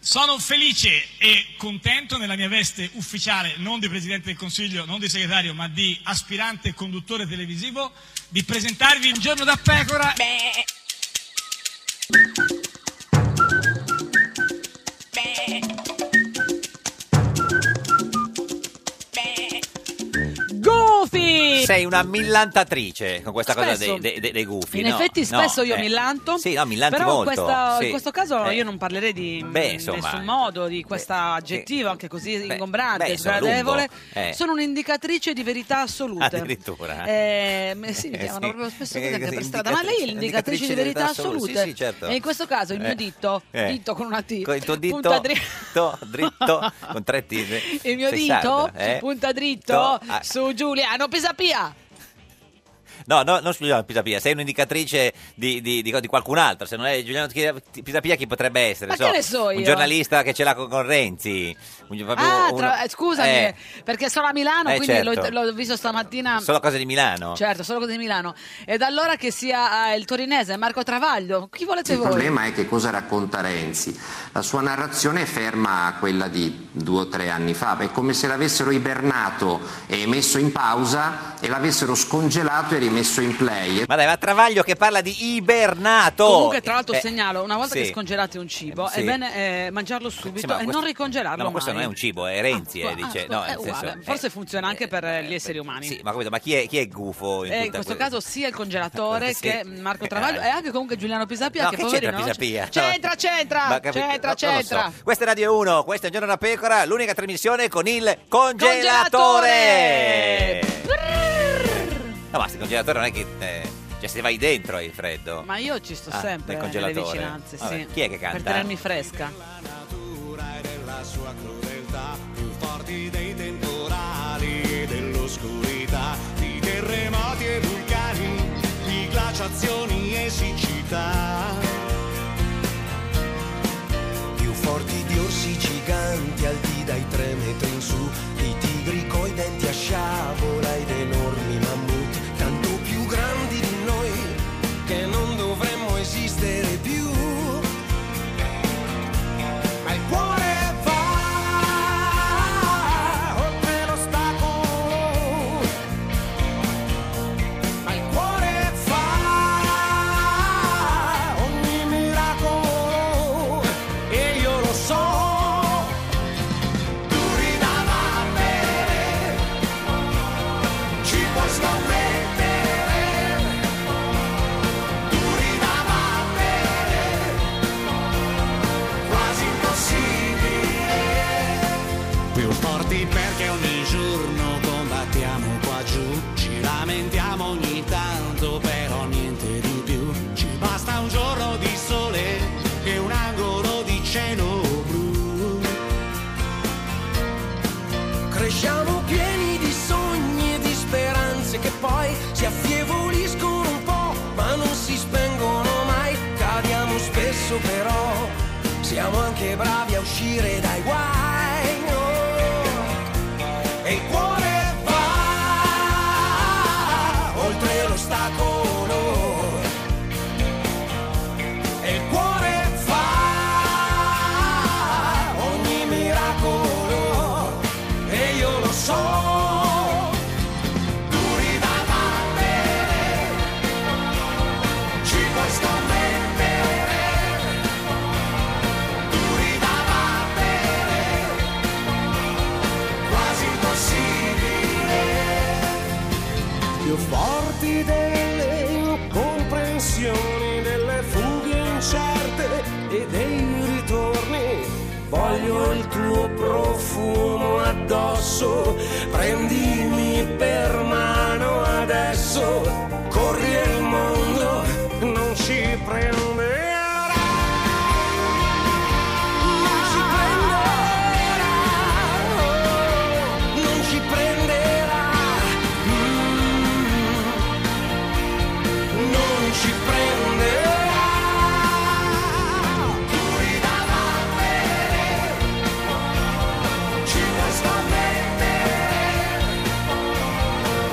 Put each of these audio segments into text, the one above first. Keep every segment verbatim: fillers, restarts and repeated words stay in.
Sono felice e contento nella mia veste ufficiale, non di Presidente del Consiglio, non di segretario, ma di aspirante conduttore televisivo, di presentarvi Un giorno da pecora. Beh. Beh. Sei una millantatrice con questa Spesso. cosa dei, dei, dei, dei gufi. In no? effetti spesso no, io eh. millanto. Sì, no, millanti però molto. questa- sì. in questo caso Eh. io non parlerei di Beh, mh, insomma, nessun modo di questa aggettivo, anche così ingombrante, beh, sono sgradevole. lungo. Eh. Sono un'indicatrice di verità assolute. Addirittura. Eh, m- sì, mi Eh, chiamano sì. proprio spesso Eh, così anche per indicatrice- strada. Ma lei è l'indicatrice di verità assolute? Sì, sì, certo. E in questo caso il mio Eh. dito, Eh. dito con una T, Con il tuo dito punta dri- dritto, dritto con tre T. il mio Sei dito sarda, eh? punta dritto To- ah. su Giuliano Pisapia. No, no, non Giuliano Pisapia, sei un'indicatrice di, di, di, di qualcun altro. Se non è Giuliano Pisapia, chi potrebbe essere? Ma che ne so io? Un giornalista che ce l'ha con, con Renzi. Un, proprio Ah, uno- tra- eh, scusami, eh, perché sono a Milano, Eh, quindi certo. l'ho, l'ho visto stamattina. Solo cose di Milano. Certo, solo cose di Milano. Ed allora che sia eh, il torinese Marco Travaglio, chi volete Il voi? problema è che cosa racconta Renzi. La sua narrazione è ferma a quella di due o tre anni fa, è come se l'avessero ibernato e messo in pausa e l'avessero scongelato e rimesso in play. Ma dai, ma Travaglio che parla di ibernato. Comunque, tra l'altro, Eh, segnalo, una volta sì. che scongelate un cibo, Sì. è bene eh, mangiarlo subito Sì, ma e questo- non ricongelarlo No, ma questo mai. non è un cibo, è Renzi, Ah, eh, dice. ah, no, è nel senso, uguale. eh, Forse funziona anche per eh, gli esseri umani. Sì, ma capito, ma chi è, chi è gufo in Eh, in tutta questo que- caso sia il congelatore Sì. che Marco Eh, Travaglio eh. e anche comunque Giuliano Pisapia No, che, che poverino c'entra non Pisapia? c'è- C'entra, c'entra, Ma capito, c'entra, no, non lo so. c'entra. Questa è Radio uno, questo è Un giorno da pecora, l'unica trasmissione con il Congelatore! congelatore. No, ma il congelatore non è che eh, cioè se vai dentro hai freddo. Ma io ci sto Ah, sempre nel nelle congelatore. vicinanze, Vabbè, sì. chi è che canta? Per tenermi fresca. Della sua crudeltà, più forti dei temporali, dell'oscurità, di terremoti e vulcani, di glaciazioni e siccità. Più forti di orsi giganti alti dai tre metri in su, di tigri coi denti a sciabola ed enormi mammut, tanto più grandi di noi che non dovremmo esistere più. Ma il cuore va oltre l'ostacolo, ma il cuore fa ogni miracolo e io lo so. Duri da battere, ci puoi scommettere. Duri da battere, quasi impossibile. Più forti perché ogni giorno combattiamo qua giù, ci lamentiamo ogni tanto, però niente di più. Ci basta un giorno di sole e un angolo di cielo blu. Cresciamo pieni di sogni e di speranze che poi si affievoliscono un po', ma non si spengono mai. Cadiamo spesso però, siamo anche bravi a uscire dai guai. Oh. E il cuore va oltre l'ostacolo. E il cuore fa ogni miracolo e io lo so. Duri da battere, ci puoi scommettere. Duri da battere, quasi impossibile. Più forti delle incomprensioni, delle fughe incerte E dei ritorni, voglio il tuo profumo addosso. Prendimi per mano adesso, corri e il mondo non ci prenderà. Non ci prenderà, non ci prenderà. Mm. Non ci prenderà. duri da battere, ci puoi scommettere.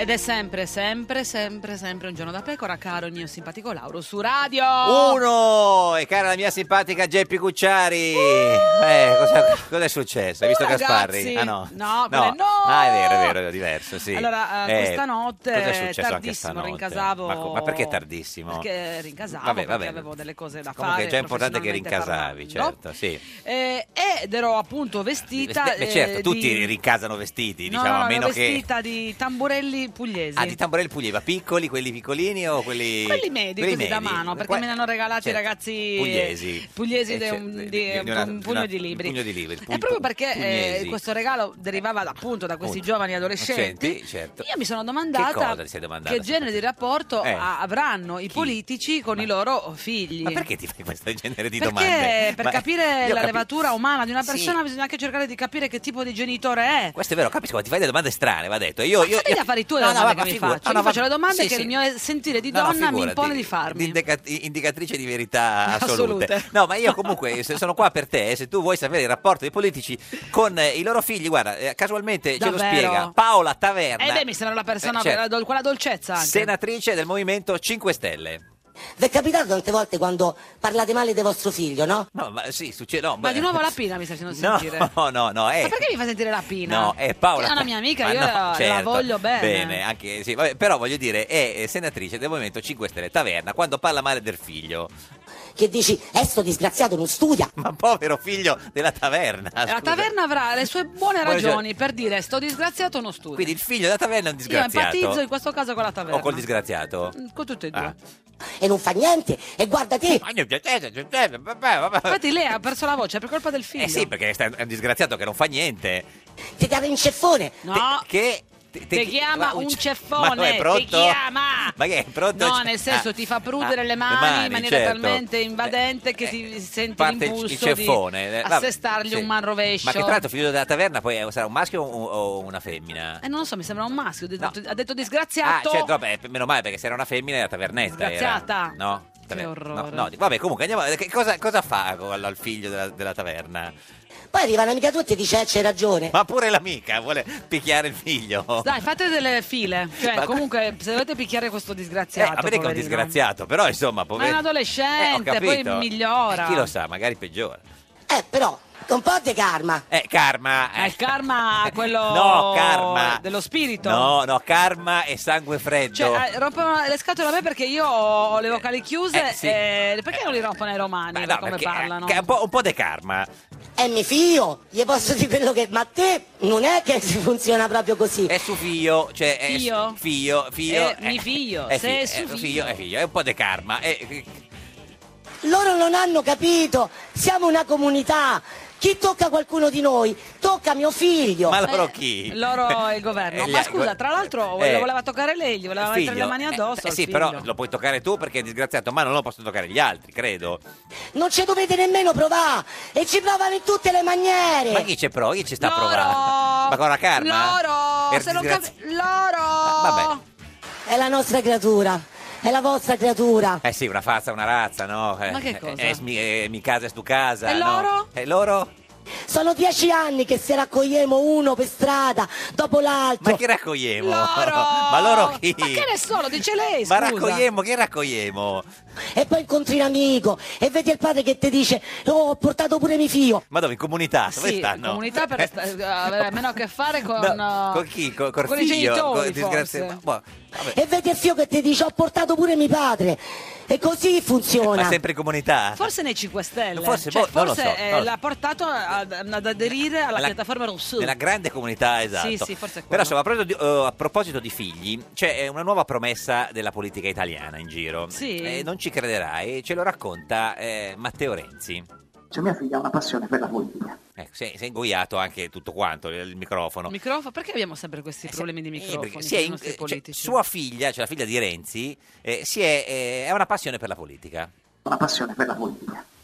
Ed è sempre, sempre, sempre, sempre un giorno da pecora, caro il mio simpatico Lauro su Radio Uno! E cara la mia simpatica Geppi Cucciari. Uh! Eh, cosa, cosa è successo? Hai visto uh, Gasparri? Ragazzi. Ah no. No, no. no. Ah, è vero, è vero, è diverso, sì. Allora, eh, Eh, questa notte, cosa è successo anche tardissimo, stanotte? rincasavo... Ma, co- ma perché tardissimo? Perché rincasavo, Vabbè, perché vabbè. avevo delle cose da Comunque fare. è già importante che professionalmente rincasavi, parlando. certo, sì. Eh, ed ero appunto vestita... Beh, certo, eh, tutti di... rincasano vestiti, No, diciamo, no, a meno ero che... vestita di tamburelli pugliesi. Ah, di tamburelli pugliesi, ma piccoli, quelli piccolini o quelli... Quelli medi, quelli così da medi? mano, perché Qua- me ne hanno regalati certo, i ragazzi pugliesi, pugliesi Eh, di cioè, un, di- di- di una- un di pugno una- di libri. un pugno di libri, E pugno- proprio perché eh, pugliesi. questo regalo derivava appunto da questi Appunto. giovani adolescenti, Adolescenti, certo. io mi sono Che domandata cosa ti sei domandata? che genere di rapporto Eh. a- avranno i Chi? politici con i loro figli. Ma perché ti fai questo genere di Perché domande? per Ma capire io la capi- levatura umana di una Sì. persona bisogna anche cercare di capire che tipo di genitore è. Questo è vero, capisco, ma ti fai delle domande strane, va detto. Io, Ma io, fatti io... gli affari tu le No, no, domande ma che mi figura- faccio. no, Io no, faccio ma- le domande sì, che sì. il mio sentire di No, no, donna mi figurati, impone di farmi. indica- indicatrice di verità assolute. Assolute. No, ma io comunque se sono qua per te, se tu vuoi sapere il rapporto dei politici con eh, i loro figli, guarda, eh, casualmente ce lo Davvero? spiega Paola Taverna, Eh beh, mi sembra una persona, Eh, certo. quella, quella dolcezza anche. senatrice del Movimento cinque Stelle. Vi è capitato tante volte quando parlate male di vostro figlio, no? No, ma sì, succede. No, Ma beh, di nuovo la Pina mi sta facendo No, sentire. no, no, no, è. Ma perché mi fa sentire la Pina? No, è Paola. È una mia amica, Ma io no, la, la certo. voglio bene. Bene, anche sì, vabbè, però voglio dire, è eh, senatrice del Movimento cinque Stelle Taverna quando parla male del figlio. Che dici, eh, sto disgraziato, non studia. Ma povero figlio della Taverna. La scusa. taverna avrà le sue buone Buone ragioni per dire sto disgraziato o non studio. Quindi il figlio della Taverna è un Io disgraziato. empatizzo in questo caso con la taverna. O col disgraziato? Mm, Con tutte e due. Ah. E non fa niente. E guarda te, Infatti lei ha perso la voce per colpa del figlio. Eh sì, perché è un disgraziato che non fa niente. ti dà in ceffone. No. Che Ti chi- chiama ma un ce- ceffone, ma no, è ti pronto? chiama. Ma che è pronto? No, Cioè- nel senso ah, ti fa prudere ah, le mani, in maniera certo. talmente invadente che Eh, ti senti parte il- l'impulso il ceffone. di eh, vabbè, assestargli sì. un man rovescio. Ma che tra l'altro figlio della Taverna poi è- sarà un maschio o, o una femmina? Eh, non lo so, mi sembra un maschio. Ha detto, No. ha detto Ah, disgraziato. certo, vabbè, meno male perché se era una femmina era tavernetta. Disgraziata. Era, no? Che Taver- orrore. No, no, vabbè, comunque andiamo. Che cosa, cosa fa al, al figlio della, della taverna? Poi arriva un'amica tua e ti dice, eh, c'hai ragione. Ma pure l'amica vuole picchiare il figlio. Dai, fate delle file. Cioè, Ma- comunque, se dovete picchiare questo Eh, disgraziato. a vedere che è un poverino. disgraziato, però insomma, Ma è povero. un adolescente, Eh, ho poi capito. migliora. Eh, chi lo sa, magari peggiora. Eh, però, un po' di karma. Eh, karma. È il karma, quello No, karma. dello spirito. No, no, karma e sangue freddo. Cioè, eh, rompono le scatole a me perché io ho le vocali chiuse. Eh, sì. e perché non li rompono ai romani? Ma per no, come perché, parlano? eh, che è un po', un po' de karma. È mio figlio, gli posso dire quello che... Ma te non è che funziona proprio così. È suo figlio, cioè è Figlio? figlio, figlio. È mi figlio, è se fi- è suo suo figlio. è figlio, è un po' de karma. È- Loro non hanno capito, siamo una comunità. Chi tocca qualcuno di noi? Tocca mio figlio. Ma loro Eh, chi? Loro e il governo. Eh, gli- Ma scusa, tra l'altro eh, lo voleva toccare lei, gli voleva mettere le mani addosso. Eh, al sì, figlio. però lo puoi toccare tu perché è disgraziato, ma non lo possono toccare gli altri, credo. Non ci dovete nemmeno provare. E ci provano in tutte le maniere. Ma chi c'è prova? Chi ci sta Loro! provando? Ma con la karma? Loro! Per Se non disgrazia- capi- Loro! Ah, vabbè. È la nostra creatura. È la vostra creatura. Eh sì, una fazza, una razza, no? Eh, Ma che cosa? eh, mi, eh, mi casa è tu casa. E no? loro? E loro? Sono dieci anni che se raccogliemo uno per strada, dopo l'altro. Ma chi raccogliemo? Loro! Ma loro chi? Ma che ne so, lo dice lei, Ma scusa. raccogliemo, che raccogliemo? E poi incontri un amico e vedi il padre che ti dice, oh, ho portato pure mio figlio. Ma dove? In comunità? Dove Sì, stanno? comunità per sta- avere meno a che fare con, No, uh, con chi? Con, col con i figlio? genitori, Con- disgrazia- forse. Boh, vabbè. E vedi il figlio che ti dice, ho portato pure mio padre. E così funziona. Ma sempre in comunità? Forse nei cinque Stelle. Forse, Cioè, boh, non lo forse, so, eh, non lo so. l'ha portato ad, ad aderire alla Nella- piattaforma Rousseau. Nella grande comunità, esatto. Sì, sì, forse è quello. Però insomma, a proposito, di, eh, a proposito di figli, c'è una nuova promessa della politica italiana in giro. Sì? Eh, non ci crederai, ce lo racconta eh, Matteo Renzi. Cioè, mia figlia ha una passione per la politica. Ecco, si è ingoiato anche tutto quanto, il, il microfono. Microfono? Perché abbiamo sempre questi problemi di Eh, microfoni perché si con è i in- nostri cioè, politici? sua figlia, cioè la figlia di Renzi, eh, si è, eh, ha una passione per la politica. Una passione per la politica, vera.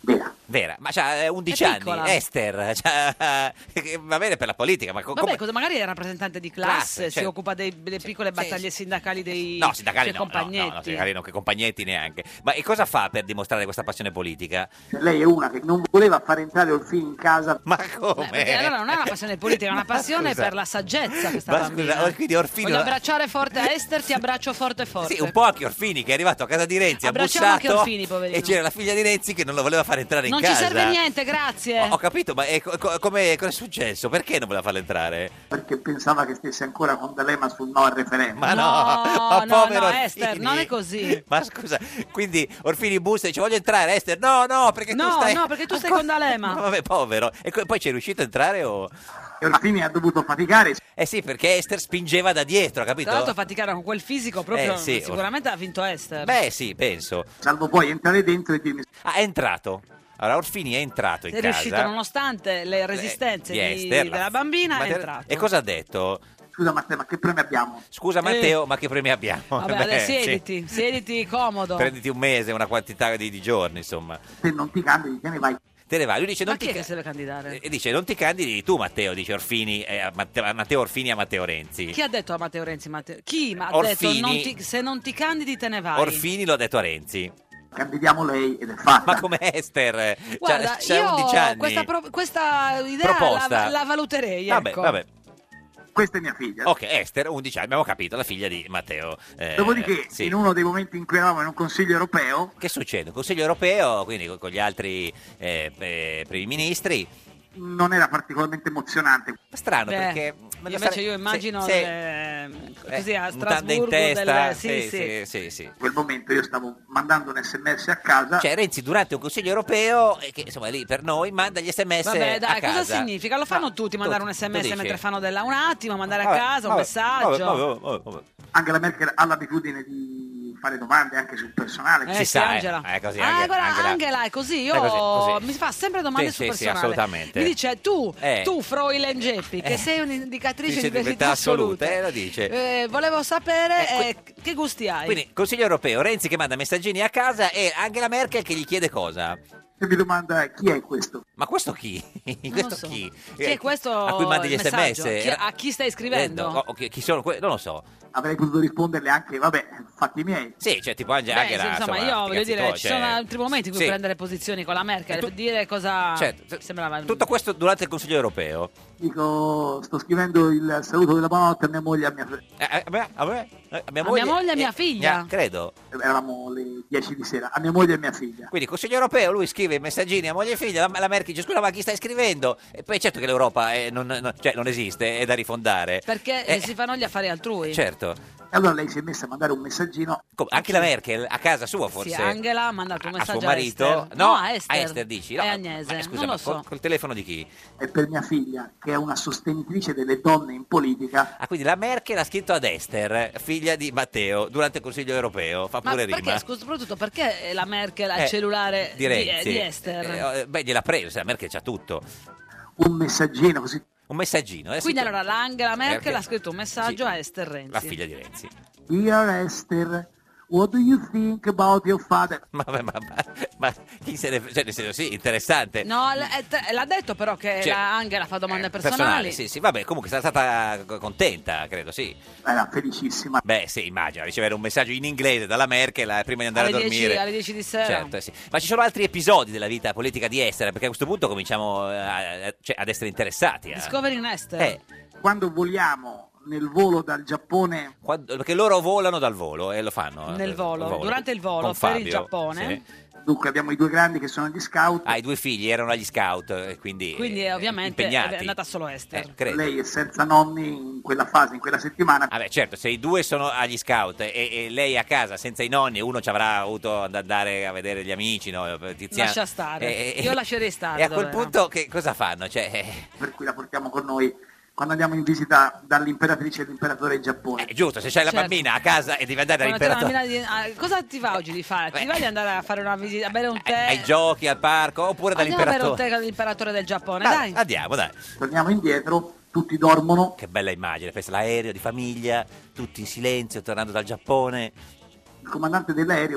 Vera, ma c'ha undici È anni, piccola. Esther, c'ha- va bene per la politica, ma co- Vabbè, come... cosa, magari è rappresentante di classe, Classe, si cioè- occupa dei- delle piccole battaglie sindacali dei No, sindacali suoi no, no, no, compagnetti. no, sindacali no, che compagnetti neanche. Ma e cosa fa per dimostrare questa passione politica? Cioè, lei è una che non voleva far entrare Orfini in casa. Ma Eh, come? perché allora non è una passione politica, è una Ma passione scusa. per la saggezza questa Ma bambina. scusa, quindi Orfini... Voglio abbracciare forte a Esther, ti abbraccio forte forte. Sì, un po' anche Orfini che è arrivato a casa di Renzi, ha Abbracciamo anche bussato Orfini, poverino. e c'era la figlia di Renzi che non lo voleva far entrare in Non casa. ci serve niente, grazie. Ho, ho capito, ma è, co- co- come cosa è successo? Perché non voleva farla entrare? Perché pensava che stesse ancora con D'Alema sul no al referendum. Ma no, No, ma no, povero no, Orfini. Esther, non è così. Ma scusa, quindi Orfini bussa e dice voglio entrare, Esther? No, no, perché tu No, stai... no, perché tu stai Ancora- con D'Alema. Ma vabbè, povero. E co- poi ci è riuscito a entrare o... E Orfini ha dovuto faticare. Eh sì, perché Esther spingeva da dietro, capito? Tra l'altro faticare con quel fisico proprio Eh, sì, sicuramente ha vinto Esther. Beh sì, penso. Salvo poi entrare dentro e dirmi: Ah, è entrato. Allora Orfini è entrato in È casa. riuscito nonostante le resistenze di di- Esther, la- della bambina, Ma è te- entrato. E cosa ha detto? scusa Matteo, ma che premi abbiamo? Scusa Matteo, ma che premi abbiamo? Vabbè, Beh, adesso sì. siediti, siediti comodo. Prenditi un mese, una quantità di, di giorni, insomma. Se non ti candidi, te ne vai. Te ne vai. Lui dice Ma non chi ti è che ca- si deve candidare? e dice non ti candidi tu Matteo, dice Orfini eh, a Matteo, a Matteo Orfini e a Matteo Renzi. Chi ha detto a Matteo Renzi? Matteo? Chi mi ha Orfini. detto non ti- se non ti candidi te ne vai? Orfini lo ha detto a Renzi. Candidiamo lei ed è fatta. Ma come Esther? Guarda, c'ha, c'ha io undici anni. questa, pro- questa idea Proposta. la, la valuterei. Vabbè, ecco. vabbè. Questa è mia figlia. Ok, Esther, undici anni, abbiamo capito, la figlia di Matteo. eh, Dopodiché, sì. in uno dei momenti in cui eravamo in un consiglio europeo, Che succede? Consiglio europeo, quindi con, con gli altri eh, eh, primi ministri. non era particolarmente emozionante. Strano Beh, perché... invece io immagino se- se- le- così a eh, mutande in Strasburgo testa, delle- sì, sì, sì, sì, sì. In quel momento io stavo mandando un sms a casa. Cioè Renzi durante un consiglio europeo, eh, che insomma lì per noi, manda gli sms Vabbè, dai, a casa. cosa significa? Lo fanno No, tutti mandare un tutti, sms tu dici. mentre fanno della un attimo, mandare a Vabbè, casa un vabbè, messaggio. vabbè, vabbè, vabbè, vabbè. Angela Merkel ha l'abitudine di fare domande anche sul personale. Eh, Si sì, sa, eh. Angela. Eh, così, ah, Angela- guarda, Angela- Angela è così, io È così, così. mi fa sempre domande Sì, sul sì, sì, personale. assolutamente. Mi dice tu, Eh. tu Froilen Geppi, che Eh. sei un'indicatrice Dice di verità assoluta, assoluta. eh, lo dice. Eh, volevo sapere Eh, eh, che gusti hai. Quindi consiglio europeo, Renzi che manda messaggini a casa e Angela Merkel che gli chiede cosa? E mi domanda chi è questo? Ma questo chi? Non questo lo so. chi? Chi è questo A cui mandi gli il messaggio? sms? Chi- a chi stai scrivendo? Eh, no, o- chi chi sono? que- Non lo so. Avrei potuto risponderle anche, vabbè, fatti miei. Sì, cioè tipo Ange- Beh, Angela, sì, insomma, insomma, io voglio cazzi dire, tuoi, ci cioè- sono altri momenti in cui Sì. prendere posizioni con la Merkel, E tu- dire cosa Certo, sembrava. tutto questo durante il Consiglio europeo. Dico, sto scrivendo il saluto della buonanotte a mia moglie e a mia figlia. Eh, eh, a me- a me- eh, a mia A mia moglie e mia eh, figlia? mia- credo. Eravamo le dieci di sera, a mia moglie e mia figlia. Quindi Consiglio europeo, lui scrive i messaggini a moglie e figlia, la, la Merkel dice scusa ma chi stai scrivendo? E poi certo che l'Europa è- non, non- cioè, non esiste, è da rifondare. Perché Eh, si fanno gli affari altrui. Certo. E allora lei si è messa a mandare un messaggino. Com- anche la Merkel a casa sua forse. Sì, Angela ha mandato un a messaggio suo marito? a Esther. No, a Esther. a Esther dici. No, È Agnese, ma scusa, non ma lo so. col, col telefono di chi? E per mia figlia, che è una sostenitrice delle donne in politica, Ah, quindi la Merkel ha scritto ad Esther, figlia di Matteo, durante il Consiglio europeo. Fa Ma pure perché, rima. scusa, soprattutto perché la Merkel ha Eh, il cellulare di Renzi. di Esther? Eh, eh, beh, gliel'ha preso, sai, la Merkel c'ha tutto. un messaggino così. Un messaggino. eh, Quindi sì, allora l'Angela Merkel Merkel. ha scritto un messaggio Sì, a Esther Renzi. la figlia di Renzi. Dear Esther, what do you think about your father? Ma, ma, ma, ma, ma chi se ne... Cioè, nel senso, sì, interessante. No, l- è te- l'ha detto però che Cioè, la Angela fa domande Eh, personali. Sì, sì, vabbè, comunque è stata co- contenta, credo, sì. Era felicissima. Beh, sì, immagino, ricevere un messaggio in inglese dalla Merkel eh, prima di andare alle a dieci, dormire. alle dieci di sera. Certo, eh sì. Ma ci sono altri episodi della vita politica di Esther, perché a questo punto cominciamo eh, a- cioè, ad essere interessati. eh. Discovery in Esther. Eh, Quando voliamo nel volo dal Giappone, quando- perché loro volano dal volo e lo fanno. eh, Nel volo, durante il volo, con per il Fabio, Giappone. sì. dunque abbiamo i due grandi che sono gli scout, Ah, i due figli erano agli scout, e quindi, Quindi eh, ovviamente impegnati. è andata solo Esther. Eh, credo. lei è senza nonni in quella fase, in quella settimana. Ah beh, certo, se i due sono agli scout e, e lei a casa senza i nonni, uno ci avrà avuto ad andare a vedere gli amici, no? Tiziano. Lascia stare. E- e- Io lascerei stare E a quel dove era. punto che cosa fanno? Cioè, eh, Per cui la portiamo con noi quando andiamo in visita dall'imperatrice e l'imperatore in Giappone. è giusto, se c'hai la Certo. bambina a casa e devi andare Quando c'è una dall'imperatore bambina di- ah, cosa ti va oggi di fare? Ti Beh. va di andare a fare una visita, a bere un tè? ai giochi, al parco, oppure Andiamo a bere un dall'imperatore? tè con l'imperatore del Giappone, Ah, dai. Andiamo, dai. Torniamo indietro, tutti dormono, Che bella immagine, pensa l'aereo di famiglia, tutti in silenzio, tornando dal Giappone. il comandante dell'aereo mi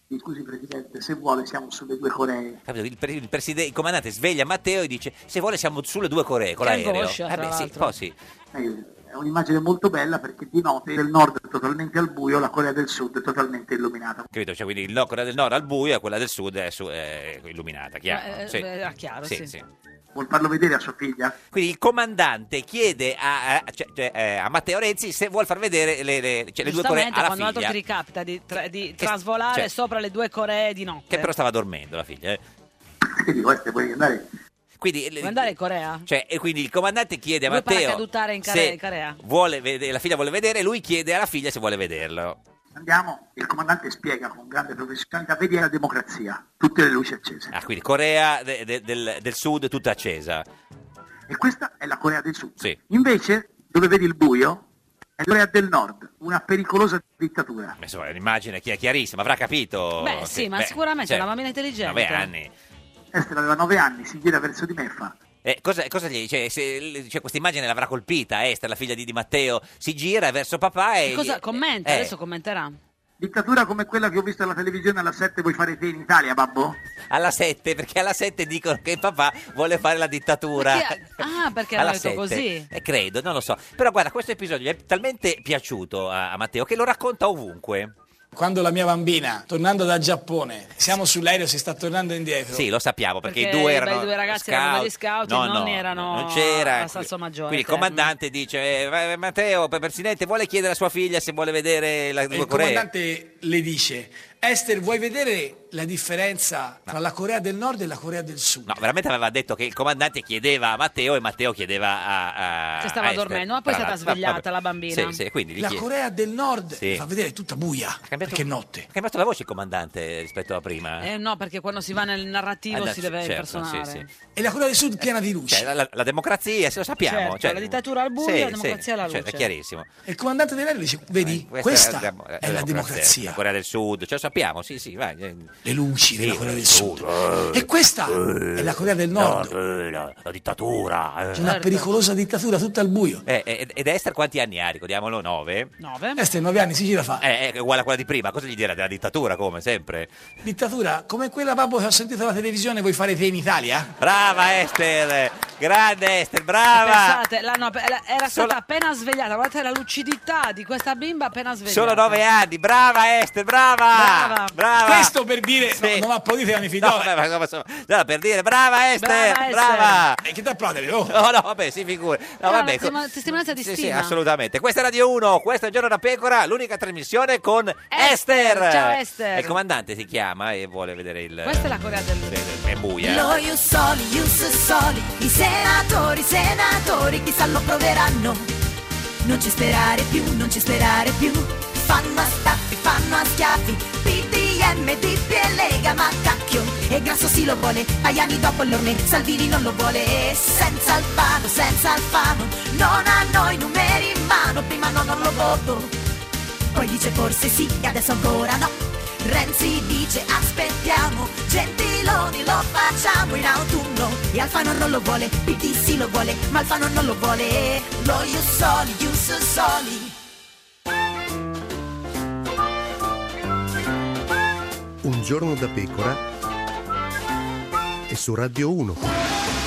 Mi scusi Presidente, se vuole siamo sulle due Coree. Capito? Il, pre- il, preside- il comandante sveglia Matteo e dice se vuole siamo sulle due Coree con Che l'aereo. angoscia, Eh tra beh, sì, l'altro. poi sì. Eh, È un'immagine molto bella perché di notte del nord è totalmente al buio, la Corea del Sud è totalmente illuminata. Capito? Cioè, quindi il no- quella del nord al buio e quella del sud è, su- è illuminata, chiaro? Eh, Sì. eh, era chiaro, sì. sì. Vuol farlo vedere a sua figlia? Quindi il comandante chiede a, a- cioè, cioè, eh, a Matteo Renzi se vuol far vedere le, le- cioè, le due Coree Giustamente, alla quando un altro figlia, ti ricapita di, tra- di Che- trasvolare cioè- sopra le due Coree di notte. che però stava dormendo la figlia. eh. Che dico, eh, se vuoi andare... Quindi, Vuoi andare in Corea? Cioè, e quindi il comandante chiede a Vuoi Matteo paracadutare in Care- se in Corea? vuole vede- la figlia vuole vedere, lui chiede alla figlia se vuole vederlo. Andiamo, il comandante spiega con grande professionalità, vedi la democrazia, tutte le luci accese. Ah, quindi Corea de- de- del, del Sud tutta accesa. E questa è la Corea del Sud. Sì. Invece, dove vedi il buio, è la Corea del Nord, una pericolosa dittatura. Beh, insomma, l'immagine chi- è chiarissima, avrà capito. Beh, sì, ma sicuramente è una bambina intelligente. nove anni. Esther aveva nove anni, si gira verso di me e fa... Eh, cosa, cosa gli dice? Se, cioè, questa immagine l'avrà colpita Esther, la figlia di, di Matteo, si gira verso papà e... Che cosa gli- commenta? eh, Adesso commenterà. Dittatura come quella che ho visto alla televisione alla sette, vuoi fare te in Italia, babbo? alla sette, perché alla sette dicono che papà vuole fare la dittatura. Perché- ah, perché Alla hanno detto sette. così? Eh, credo, non lo so. Però guarda, questo episodio è talmente piaciuto a, a Matteo che lo racconta ovunque. Quando la mia bambina, tornando da Giappone, siamo sull'aereo, si sta tornando indietro. Sì, lo sappiamo, perché, Perché i due i erano due ragazzi scout. erano degli scout, i No, nonni no, erano non c'era. a Salso Maggiore, Quindi il Terni. comandante dice, eh, va- Matteo, per Presidente, vuole chiedere a sua figlia se vuole vedere la E due il Coree? comandante le dice: Esther, vuoi vedere la differenza tra la Corea del Nord e la Corea del Sud? No, veramente aveva detto che il comandante chiedeva a Matteo e Matteo chiedeva a... a Che stava a Esther. dormendo, ma poi è Tra stata l'altro. svegliata la bambina. Sì, sì, quindi gli La chiede- Corea del Nord Sì. fa vedere tutta buia, cambiato- perché è notte. Ha cambiato la voce il comandante rispetto a prima. Eh no, perché quando si va nel narrativo Eh, si deve certo, impersonare. sì, sì. E la Corea del Sud piena di luci. Cioè, la, la- la democrazia, se lo sappiamo. Certo, cioè- la dittatura al buio, Sì, la democrazia sì, alla cioè, luce. è chiarissimo. E il comandante dell'aereo dice: vedi, Eh, questa, la- la- è la democrazia. La Corea del Sud, ce lo sappiamo, sì, sì, vai. eh. Le luci Sì, della Corea del Sud. eh, E questa è la Corea del Nord. eh, la, la dittatura. eh. C'è una Certo. pericolosa dittatura tutta al buio. Eh, eh, ed Esther quanti anni ha? Ricordiamolo, nove? Nove? Esther, nove anni, si gira fa. Eh, è uguale a quella di prima, cosa gli dirà della dittatura, come sempre? Dittatura come quella, babbo, che ho sentito alla televisione, vuoi fare te in Italia? Brava Esther, grande Esther, brava! Pensate, l'hanno- era stata Solo- appena svegliata, guardate la lucidità di questa bimba appena svegliata. Solo nove anni, brava Esther, brava! Brava. Brava! Questo per dire, Sì. no, non applaudite la mia No, figliola. vabbè, ma come so- no, per dire brava Esther, Brava, brava! E che ti applaudere, oh. No, no, vabbè, si figuri. No, Era vabbè, una testima- testimonianza di sì, sì, stima. assolutamente. Questa è Radio uno, questo è Il Giorno da Pecora, l'unica trasmissione con Esther. Esther. Ciao, Esther. E il comandante si chiama e vuole vedere il... Questa è la Corea del È buia. Lo Ius Soli, Ius Soli, i senatori, senatori, chissà lo proveranno. Non ci sperare più, non ci sperare più. Fanno a staffi, fanno a schiaffi, P D M, D P e Lega, ma cacchio. E Grasso sì lo vuole, Tajani dopo l'Orne, Salvini non lo vuole. E senza Alfano, senza Alfano, non hanno i numeri in mano. Prima no, non lo voto, poi dice forse sì e adesso ancora no. Renzi dice aspettiamo, Gentiloni lo facciamo in autunno. E Alfano non lo vuole, P D sì lo vuole, ma Alfano non lo vuole. Lo Ius Soli, Ius Soli. Un giorno da pecora e su Radio uno.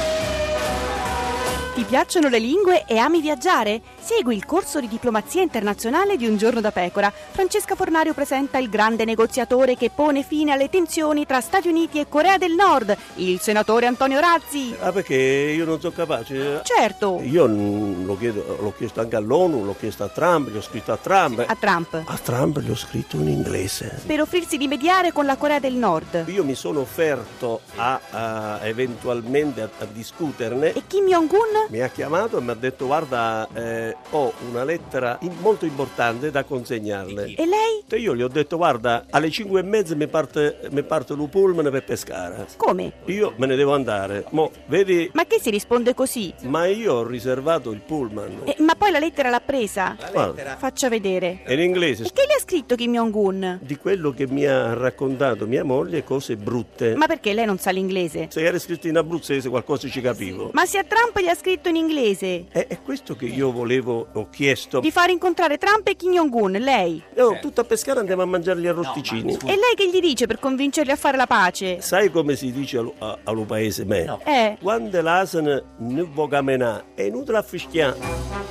Ti piacciono le lingue e ami viaggiare? Segui il corso di diplomazia internazionale di Un giorno da pecora. Francesca Fornario presenta il grande negoziatore che pone fine alle tensioni tra Stati Uniti e Corea del Nord, il senatore Antonio Razzi. Ah, perché io non sono capace? Certo. Io mm, l'ho, chiedo- l'ho chiesto anche all'ONU, l'ho chiesto a Trump, gli ho scritto a Trump. A Trump. A Trump gli ho scritto in inglese. Per offrirsi di mediare con la Corea del Nord. Io mi sono offerto a, a- eventualmente a, a discuterne. E Kim Jong-un? Mi ha chiamato e mi ha detto: guarda, eh, ho una lettera in- molto importante da consegnarle. E lei? E io gli ho detto: guarda, alle cinque e mezza mi parte, mi parte il pullman per pescare. Come? Io me ne devo andare. Mo, vedi, Ma che si risponde così? ma io ho riservato il pullman. Eh, ma poi la lettera l'ha presa? Guarda, Faccia vedere. è in inglese. E che le ha scritto Kim Jong-un? Di quello che mi ha raccontato mia moglie, cose brutte. Ma perché lei non sa l'inglese? Se era scritto in abruzzese qualcosa ci capivo. Ma se a Trump gli ha scritto in inglese? È, è questo che io volevo, ho chiesto. Di far incontrare Trump e Kim Jong-un, lei? Oh, tutto per pescare e andiamo a mangiare gli arrosticini. E lei che gli dice per convincerli a fare la pace? Sai come si dice allo, a- allo paese me? No. Eh. Quando l'asino non vuole camminare, è inutile a fischiare.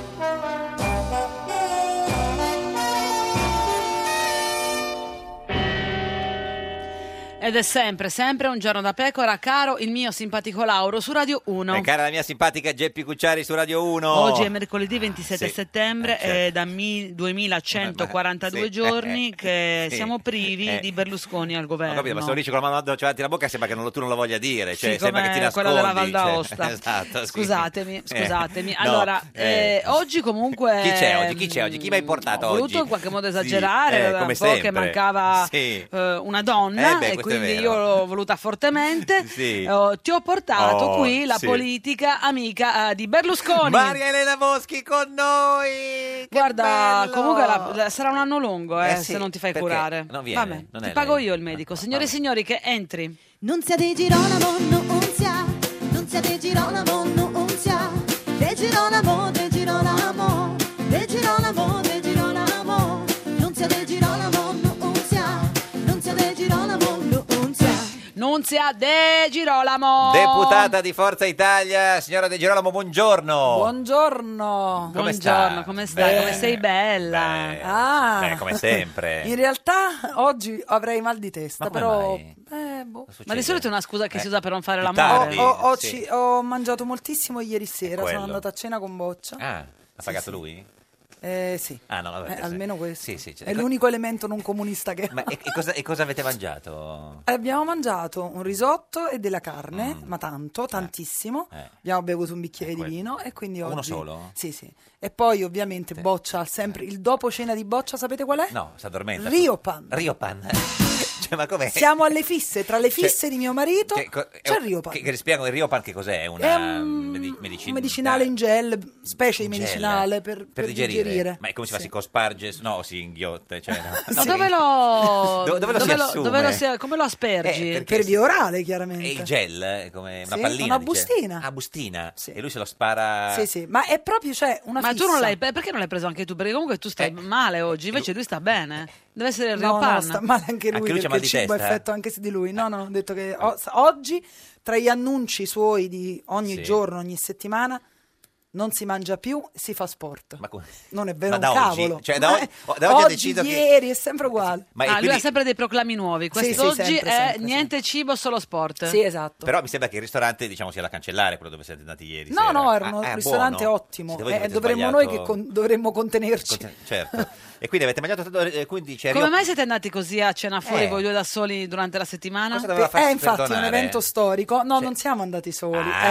Ed è sempre, sempre un giorno da pecora, caro il mio simpatico Lauro su Radio uno. E cara la mia simpatica Geppi Cucciari su Radio uno. Oggi è mercoledì ventisette Sì. settembre, Eh, certo. è da mi- duemilacentoquarantadue Sì. giorni che Sì. siamo privi Eh. di Berlusconi al Ho governo. capito, ma se lo dici con la mano davanti alla bocca sembra che non lo- tu non lo voglia dire, cioè Sì, sembra che ti come nascondi. quello della Val d'Aosta. Cioè, esatto, sì. Scusatemi, Eh, scusatemi. no, Allora, eh. eh, oggi comunque... Chi c'è oggi? Chi c'è oggi? Chi mi hai portato Ho oggi? voluto in qualche modo Sì, esagerare, eh, era come un po' che sempre. mancava Sì. eh, una donna Eh beh, e questo è quindi vero. io l'ho voluta fortemente. Sì. Eh, ti ho portato Oh, qui la sì. politica amica eh, di Berlusconi. Maria Elena Boschi con noi! Che Guarda, bello! comunque la- la- sarà un anno lungo eh, Eh sì, se non ti fai perché curare. non viene, Vabbè, non ti è pago lei. io il medico. Signore e signori, che entri. Nunzia De Girolamo, Nunzia, Nunzia De Girolamo, Nunzia, De Girolamo, De Girolamo, De Girolamo, De Girolamo, Nunzia De Girolamo, Nunzia, Nunzia De Girolamo, Nunzia. Nunzia De Girolamo. Deputata di Forza Italia, signora De Girolamo, buongiorno. Buongiorno. Come Buongiorno, sta? come stai? Bene. Come sei bella? Beh, Ah. beh, come sempre. In realtà oggi avrei mal di testa, Ma come però mai? eh, boh. Ma di solito è una scusa che Eh, si usa per non fare più l'amore. tardi. ho, ho sì. ci- ho mangiato moltissimo ieri sera, quello. sono andata a cena con Boccia. Ah, ha pagato sì. lui? Eh, sì. Ah, no, vabbè, Eh, sì. almeno questo. Sì, sì, cioè, È co- l'unico elemento non comunista che Ma e, e cosa, e cosa avete mangiato? Abbiamo mangiato un risotto e della carne, ma tanto, tantissimo. Mm. Eh. Abbiamo bevuto un bicchiere di quello. vino e quindi Uno oggi... solo? Sì, sì. E poi ovviamente Boccia, sempre il dopo cena di Boccia, sapete qual è? No, si addormenta. Riopan. Riopan. Cioè, ma com'è? Siamo alle fisse, tra le fisse di mio marito Che co- c'è è il un- Riopan. Che, che spiego il Riopan che cos'è? Una È un medi- medicina- un medicinale in gel, specie di in gel, medicinale per, per digerire. Ma è come si fa? Sì. Si cosparge? No, o si inghiotte? Cioè, no. Ma dove lo, Do- dove lo si assume? dove lo si- come lo aspergi? Eh, perché Per si- via orale, chiaramente. E il gel è come una Sì, pallina? una dice? bustina. Ah, bustina. E lui se lo spara... Sì, sì, ma è proprio, cioè, una Ma fissa. tu non l'hai perché non l'hai preso anche tu? Perché comunque tu stai male oggi, invece lui sta bene. Deve essere il No, Riopan. no, sta male anche lui, Anche lui c'ha perché mal il di cibo testa, è eh? effetto anche se di lui. No, no, ho detto che o- oggi, tra gli annunci suoi di ogni Sì. giorno, ogni settimana, non si mangia più, si fa sport. Ma come- Non è vero Ma un da oggi? cavolo. Cioè, da Ma oggi- è- da oggi ha oggi, deciso che- ieri, è sempre uguale. Ma e Ah, lui quindi- ha sempre dei proclami nuovi. Sì, Quest'oggi sì, sempre, è sempre, niente cibo, solo sport. Sì, esatto. Però mi sembra che il ristorante, diciamo, sia da cancellare, quello dove siete andati ieri No, sera. no, era un Ah, ah, ristorante buono. ottimo. Siete voi Eh, che avete dovremmo noi che sbagliato- con- dovremmo contenerci. Conten- Certo. E quindi avete mangiato tanto, eh, quindi c'è Come Rio- mai siete andati così a cena fuori Eh. voi due da soli durante la settimana? Cosa doveva Eh, farsi infatti, è un perdonare? evento storico. No, non siamo andati soli. Ah,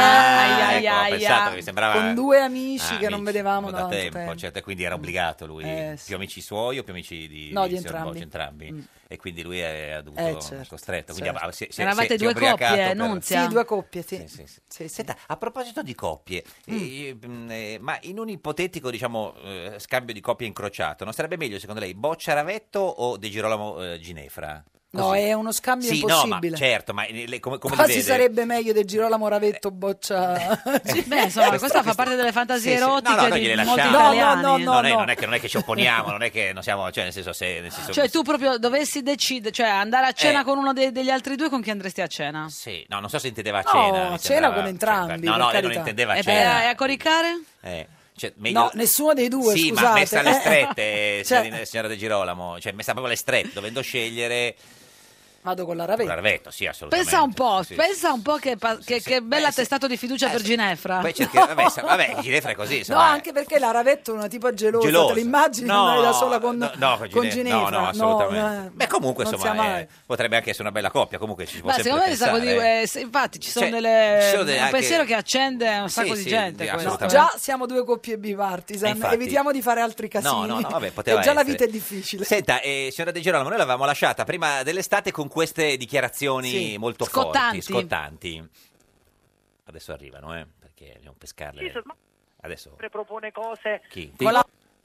Eh, ai, ecco, ho ai, pensato ai. che mi sembrava... Con due amici Ah, che non vedevamo da da tanto tempo, tempo. certo, e quindi era obbligato lui. Eh, sì. Più amici suoi o più amici di, No, di signor entrambi. Boccia, entrambi? Mm. E quindi lui è- ha dovuto Eh, certo, costretto. Quindi certo. ah, si- si- Eravate si- si è due ubriacato coppie, per- Nunzia? Sì, due coppie, sì. Sì, sì, sì. Sì, sì. Senta, a proposito di coppie, eh, mm, eh, ma in un ipotetico diciamo eh, scambio di coppie incrociato, non sarebbe meglio secondo lei Boccia Ravetto o De Girolamo eh, Ginefra? No, è uno scambio Sì, impossibile. no, ma certo, ma eh, le- come, come li Quasi vede? sarebbe meglio del Girolamo Ravetto Boccia. Beh, insomma, questa fa parte delle fantasie Sì, sì. erotiche No, no, noi di gliele molti lasciamo. italiani. No, no, no, non, è, no. non è che non è che ci opponiamo, non è che non siamo, cioè nel senso se nel senso, Cioè tu proprio dovessi decidere, cioè andare a cena Eh. con uno dei- degli altri due, con chi andresti a cena? sì, no, non so se intendeva a No, cena. mi cena sembrava- con entrambi, No, per no, lei non carità. intendeva a E, cena. e a coricare? Eh, cioè, meglio- No, nessuno dei due, Sì, scusate. ma messa alle Eh. strette, Cioè- signora, signora De Girolamo, cioè messa proprio alle strette, dovendo scegliere Vado con la Ravetto. Ravetto, sì, assolutamente. Pensa un po', Sì. pensa un po' che, pa- che, che bella attestato di fiducia per Ginefra. Poi cercherà, vabbè, sa- vabbè, Ginefra è così, No, insomma. anche perché la Ravetto è una tipa gelosa, Gelosa. te l'immagini No, andare da sola con, no, no, con con Gine- Ginevra? no, no, assolutamente. eh, Beh, comunque, non insomma, sia mai. eh, potrebbe anche essere una bella coppia, comunque ci si può Beh, sempre secondo me un sacco di, pensare. eh, se- infatti ci sono Cioè, delle ci sono delle un anche- pensiero che accende un sacco Sì, di sì, gente. sì, questo. assolutamente. Già siamo due coppie bipartisan, Eh, infatti. evitiamo di fare altri casini. No, no, no, vabbè, poteva e già la essere. vita è difficile. Senta, eh, signora De Girolamo, noi l'avevamo lasciata prima dell'estate con queste dichiarazioni Sì. molto Scottanti. forti, scottanti. Adesso arrivano, eh, perché dobbiamo pescarle. Sì, ma Adesso sempre propone cose. chi? Con la-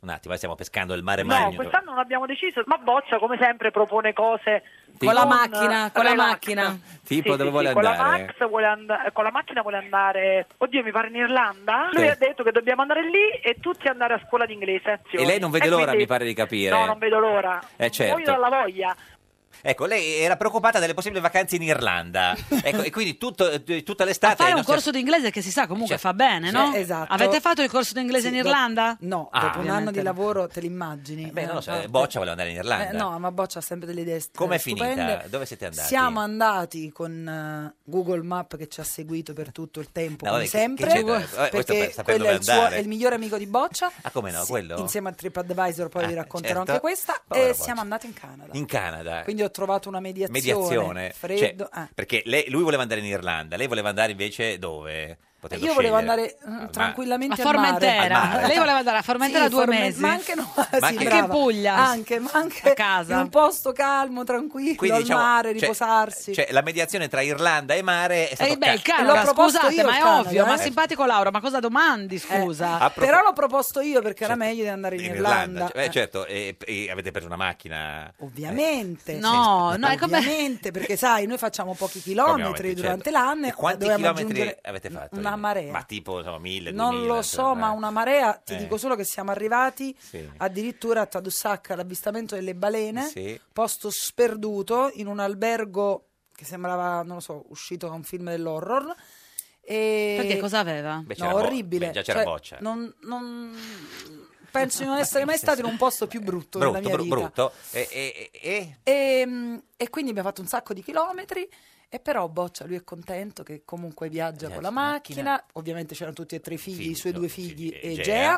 Un attimo, eh, stiamo pescando il mare No, Magno. quest'anno non abbiamo deciso, ma Boccia come sempre propone cose Con la non macchina, con la relax. macchina. Tipo, Sì, dove sì, vuole sì, con la andare? Max vuole and- con la macchina vuole andare, oddio mi pare in Irlanda. Lui Sì. ha detto che dobbiamo andare lì e tutti andare a scuola di inglese. E lei non vede E l'ora, quindi- mi pare di capire. No, non vedo l'ora. Eh, certo. Voglio dalla voglia. Ecco, lei era preoccupata delle possibili vacanze in Irlanda. Ecco, e quindi tutto, eh, tutta A l'estate... fare i un nostri- corso di inglese che si sa comunque Cioè, fa bene, no? sì, esatto. Avete fatto il corso di inglese Sì, in do- Irlanda? No, Ah. dopo un anno Ovviamente di no. lavoro te l'immagini. Beh, non lo so, Eh, Boccia voleva andare in Irlanda. eh, no, ma Boccia ha sempre delle idee Com'è stupende. finita? Dove siete andati? Siamo andati con eh, Google Map che ci ha seguito per tutto il tempo, No, come vabbè, che- sempre, che c'entra? Eh, questo per perché sapere quello è dove il, suo, andare. è il migliore amico di Boccia. Ah, come no? Sì, Quello? insieme a TripAdvisor, poi vi racconterò certo. anche questa. Povero E Boccia. siamo andati in Canada. In Canada. Quindi ho trovato una mediazione. Mediazione. Freddo. Cioè, eh. Perché lei- lui voleva andare in Irlanda, lei voleva andare invece dove? Potendo Io volevo scegliere. andare mm, Al tranquillamente A al mare. Formentera. Al mare. Lei voleva andare a Formentera Sì, due Formen- mesi. Ma anche no, Ma sì, anche- Anche brava. in Puglia. Anche, ma anche A casa. in un posto calmo, tranquillo, Quindi, al diciamo, mare, cioè- riposarsi. Cioè, la mediazione tra Irlanda e mare è stata Eh beh, il L'ho Canada, proposto scusate, io ma il è Canada, ovvio, eh. ma simpatico Laura, ma cosa domandi, scusa? A propos- Però l'ho proposto io perché era meglio di andare in, in Irlanda. Cioè, eh, Eh, certo, e, e avete preso una macchina. Ovviamente. No, no, è come... Ovviamente, perché sai, noi facciamo pochi chilometri Chilometri, durante certo. l'anno E e quanti dovevamo chilometri aggiungere avete fatto? una marea. Ma tipo, insomma, mille, Non duemila, lo so, insomma. ma una marea, ti Eh. dico solo che siamo arrivati Sì. addirittura a Tadoussac, all'avvistamento delle balene, Sì. posto sperduto in un albergo che sembrava, non lo so, uscito da un film dell'horror. E... Perché cosa aveva? Beh, c'era No, Bo- orribile. beh, già c'era Cioè, Boccia. Non, non- Penso di non essere mai stato in un posto più brutto, Brutto, nella mia bru- vita. brutto. E, e- e- E, mm, e quindi abbiamo fatto un sacco di chilometri. E però Boccia, lui è contento che comunque viaggia con la macchina. Ovviamente c'erano tutti e tre i figli, Figli, i suoi no, due figli figli e e Gea. Gea.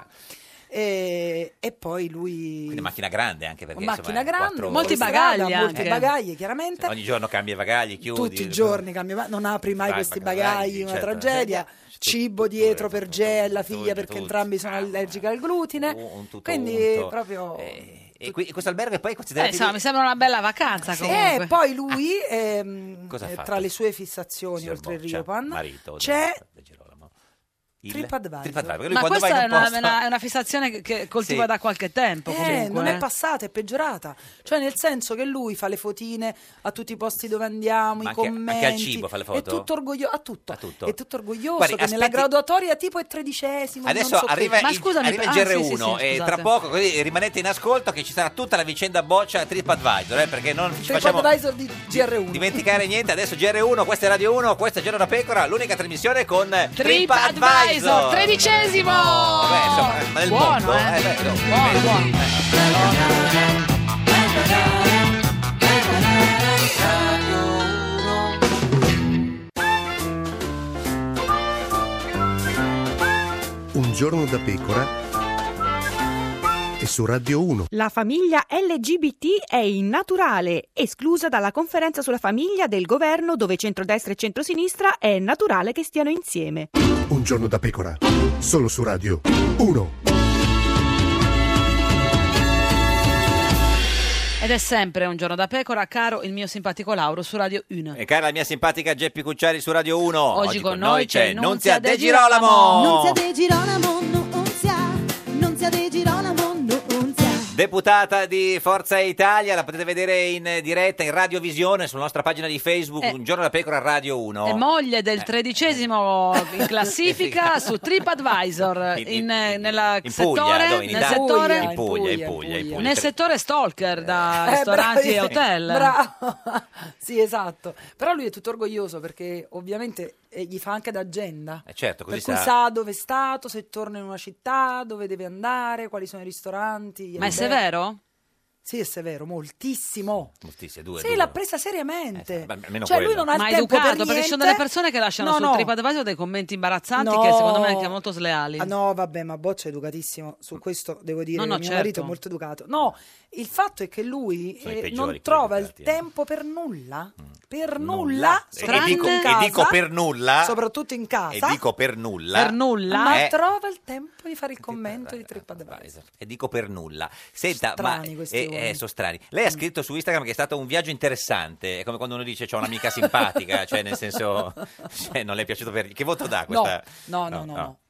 E, e poi lui... quindi macchina grande anche perché macchina insomma, è grande, quattro- Molti strada, bagagli molti anche. bagagli chiaramente. Ogni giorno cambia i bagagli, chiudi. Tutti i giorni cambia, ma non apri mai Ah, questi bagagli, bagagli, una certo. tragedia. Cibo dietro per Gea e la figlia tutto, perché tutto. entrambi sono allergiche al glutine. Un tutto Quindi unto. proprio... E qui- questo albergo e poi Eh, considerati insomma, mi sembra una bella vacanza comunque. E poi lui, ehm, Cosa ha eh, fatto? tra le sue fissazioni, Signor oltre il Boccia, Riopan, marito di- c'è di Girolamo. Il- TripAdvisor. TripAdvisor, perché lui Ma quando questa va è in un una, posto- una- è una fissazione che- che coltiva Sì. da qualche tempo Eh, comunque. non è eh. passata, è peggiorata. Cioè, nel senso che lui fa le fotine a tutti i posti dove andiamo, Ma i anche- commenti. anche al cibo fa le foto? È tutto orgoglioso, a tutto. A tutto. È tutto orgoglioso Guardi, che nella aspetti- graduatoria tipo è tredicesimo. Adesso non so che- arriva, Ma il, scusami, arriva il ah, G R sì, sì, uno sì, e scusate. tra poco così rimanete in ascolto che ci sarà tutta la vicenda Boccia TripAdvisor, eh, perché non ci facciamo TripAdvisor di G R uno. dimenticare niente. Adesso G R uno, questa è Radio uno, questa è Giorno da Pecora, l'unica trasmissione con TripAdvisor, tredicesimo! Vabbè, insomma, ma nel Buono, mondo, eh. beh, no, Buono, buono. Un giorno da pecora e su Radio uno. La famiglia L G B T è innaturale, esclusa dalla conferenza sulla famiglia del governo dove centrodestra e centrosinistra è naturale che stiano insieme. Un giorno da pecora, solo su Radio uno. Ed è sempre un giorno da pecora, caro il mio simpatico Lauro su Radio uno. E cara la mia simpatica Geppi Cucciari su Radio uno. Oggi con noi c'è Nunzia Nunzia De De Girolamo. Girolamo. Nunzia De Girolamo, Nunzia, Nunzia De Girolamo, Nunzia. Deputata di Forza Italia, la potete vedere in diretta in radiovisione sulla nostra pagina di Facebook, Eh. Un giorno da Pecora Radio uno. È moglie del tredicesimo in classifica su TripAdvisor In- in, in- eh, nella in Puglia, settore, dove? In nel Italia? settore, In Puglia, in Puglia, in Puglia. nel settore stalker da Eh, ristoranti bravi. e hotel. Bravo. Sì, esatto. Però lui è tutto orgoglioso perché ovviamente eh, gli fa anche d'agenda. Eh, certo, così Per cui sa. sa dove è stato, se torna in una città, dove deve andare, quali sono i ristoranti. gli Ma è alberghi. severo? Sì, è severo, moltissimo. Moltissime, due, Sì, due. l'ha presa seriamente. Eh, beh, almeno cioè, quello. lui non ha il Ma tempo educato, per perché ci sono niente. delle persone che lasciano No, su no. TripAdvisor dei commenti imbarazzanti No. che secondo me anche molto sleali. Ah, no, vabbè, ma Boccia è educatissimo. Su questo devo dire No, che no, mio certo. marito è molto educato. No, il fatto è che lui Sono i eh, peggiori non quelli trova il educati, eh. tempo per nulla. Per Nulla. nulla. E soprattutto dico- in e casa, dico per nulla. Soprattutto in E casa. dico per nulla. Per nulla? Ma Eh, trova il tempo di fare il commento di TripAdvisor. E dico per nulla. Senta, Strani ma questi eh, uomini. eh, sono strani. Lei ha scritto su Instagram che è stato un viaggio interessante. È come quando uno dice c'ho un'amica simpatica, cioè nel senso, cioè, non le è piaciuto per. Che voto dà questa? No, no, no, no, no.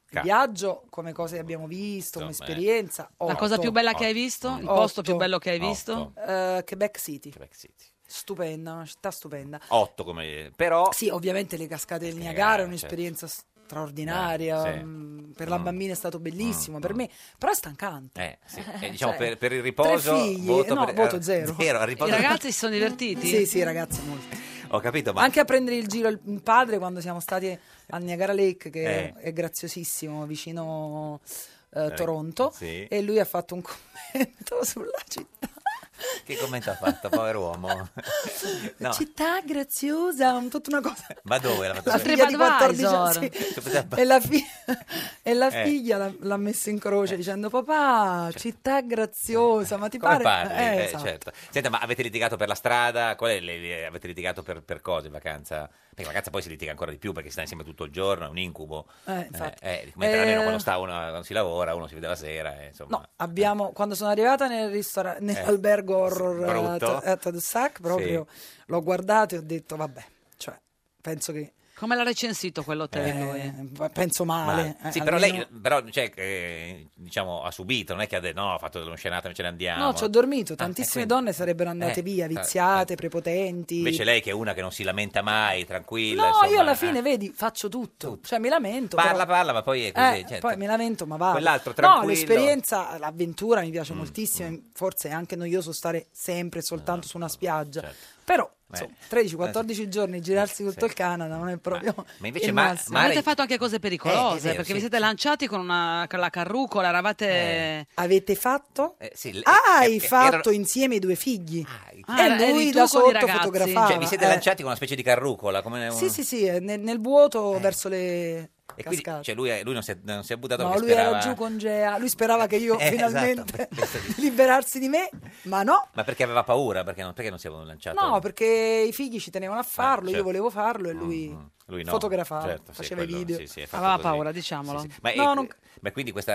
Ca- viaggio, come cose che abbiamo visto, come Insomma, eh. esperienza. La cosa otto. più bella che hai visto? Il Otto. posto più bello che hai visto? Eh, Quebec City. Quebec City. Stupenda, una città stupenda. Otto come... Però... Sì, ovviamente le cascate del Niagara, Niagara è certo. un'esperienza straordinaria. Eh, sì. mm, Per la bambina è stato bellissimo, per me, però è stancante. Eh, sì. Eh, diciamo Cioè, per, per il tre riposo figli, voto, no, per- voto eh, zero. zero, al riposo- I ragazzi si sono divertiti? Sì, sì, ragazzi, molto. Ho capito, ma Anche a prendere il giro il il padre quando siamo stati al Niagara Lake, che Eh. è graziosissimo, vicino eh, Eh, Toronto, sì. e lui ha fatto un commento sulla città. che commento ha fatto, povero uomo? No, Città graziosa, un- tutta una cosa. ma dove l'ha fatto? La figlia di quattordici anni, TripAdvisor. sì. e la, fi- e la Eh. figlia l'ha, l'ha messo in croce dicendo papà, città graziosa, ma ti Come pare? parli? Eh, Eh, esatto. certo. Senta, ma avete litigato per la strada? Qual è le- le- avete litigato per, per cosa in vacanza? Perché in vacanza poi si litiga ancora di più perché si sta insieme tutto il giorno, è un incubo. Eh, infatti. Eh, eh, mentre almeno Eh. quando, sta uno, quando si lavora, uno si vede la sera. eh, insomma. No, abbiamo, quando sono arrivata nel ristora- nell'albergo horror brutto. eh, a Tadoussac, proprio l'ho guardato e ho detto vabbè, cioè, penso che Come l'ha recensito quell'hotel lui? eh, penso male. Ma- eh, sì, però almeno- lei però, cioè, eh, diciamo, ha subito, non è che ha detto no, ho fatto delle scenate, ce ne andiamo. No, ci ho dormito, Ah, tantissime e quindi- donne sarebbero andate Eh, via, eh, viziate, prepotenti. Invece lei che è una che non si lamenta mai, tranquilla. No, insomma, io alla eh. fine, vedi, faccio tutto. Cioè, mi lamento. Parla, però- parla, ma poi è così. Eh, certo. poi mi lamento, ma va. Quell'altro No, tranquillo. l'esperienza, l'avventura mi piace Mm, moltissimo. Forse è anche noioso stare sempre soltanto su una spiaggia. certo. Però, Eh. insomma, tredici quattordici giorni girarsi tutto il Canada non è proprio. Ma invece il ma- massimo. mare- Avete fatto anche cose pericolose, Eh, è vero, perché sì. vi siete lanciati con, una, con la carrucola, eravate... Avete fatto? Eh, sì, le- Ah, eh, hai eh, fatto erano- insieme i due figli. Ah, e eri lui tu da con i sotto ragazzi. fotografava. Cioè, vi siete eh. lanciati con una specie di carrucola? Come Sì, sì, sì, eh, nel, nel vuoto verso le E quindi, cascate. cioè, lui, è- lui non, si è, non si è buttato No, perché lui sperava... era giù con Gea, lui sperava che io Eh, finalmente esatto. liberarsi di me, ma no. Ma perché aveva paura? Perché non, perché non si avevano lanciato? No, perché i figli ci tenevano a farlo, io certo. volevo farlo e lui, Lui no. fotografava, Certo, sì, faceva i quello- video. sì, sì, è fatto Aveva così. paura, diciamolo. Sì, sì. Ma, No, e- non- ma quindi questa,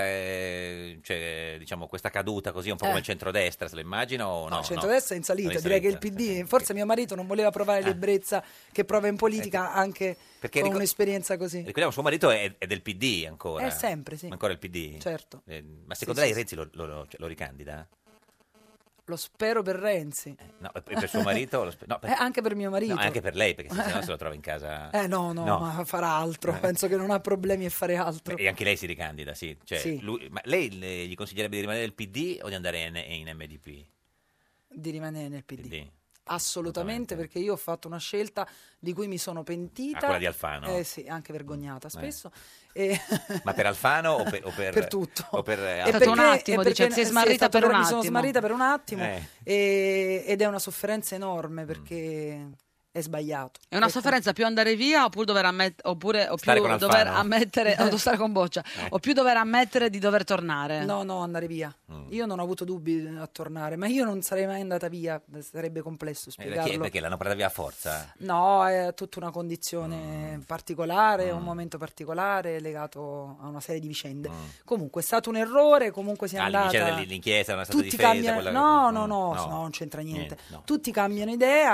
è- cioè, diciamo, questa caduta così un po' Eh. come il centrodestra, se lo immagino o no? No, centrodestra è in salita, direi che il P D, forse mio marito non voleva provare l'ebbrezza che prova in politica anche Perché con ricor- un'esperienza così. Ricordiamo, suo marito è, è del P D ancora. Eh, sempre, sì. Ancora il P D? Certo. Eh, ma secondo Sì, lei sì, Renzi lo, lo- lo- cioè, lo ricandida? Lo spero per Renzi, No, e per suo marito? Lo spe- no, per- eh, anche per mio marito. no, anche per lei, perché se no se lo trova in casa... Eh no, no, No. ma farà altro, penso che non ha problemi a fare altro. E anche lei si ricandida, sì. Cioè, Sì. lui- ma lei le- gli consiglierebbe di rimanere nel P D o di andare in, in M D P? Di rimanere nel P D. P D. Assolutamente, perché io ho fatto una scelta di cui mi sono pentita. Ah, quella di Alfano? Eh sì, anche vergognata spesso. E- Ma per Alfano o per... o per, Per tutto. O per E altri- stato un perché- attimo, e dice, perché- si è sì, smarrita stato per un Mi sono attimo. smarrita per un attimo Eh. e- ed è una sofferenza enorme perché è sbagliato. È una Ecco. sofferenza più andare via oppure dover, ammet- oppure, o più Stare con dover Alfano? ammettere o stare con Boccia Eh. o più dover ammettere di dover tornare. No, no, andare via. Io non ho avuto dubbi a tornare, ma io non sarei mai andata via, sarebbe complesso Eh, perché, spiegarlo. perché l'hanno portata via a forza? No, è tutta una condizione Mm. particolare, un momento particolare legato a una serie di vicende. Comunque è stato un errore, comunque sia Ah, andata. l'inchiesta dell'inchiesta non è stata Tutti difesa? cambiano. quella- No, no, Mm, no, no, non c'entra niente. Tutti cambiano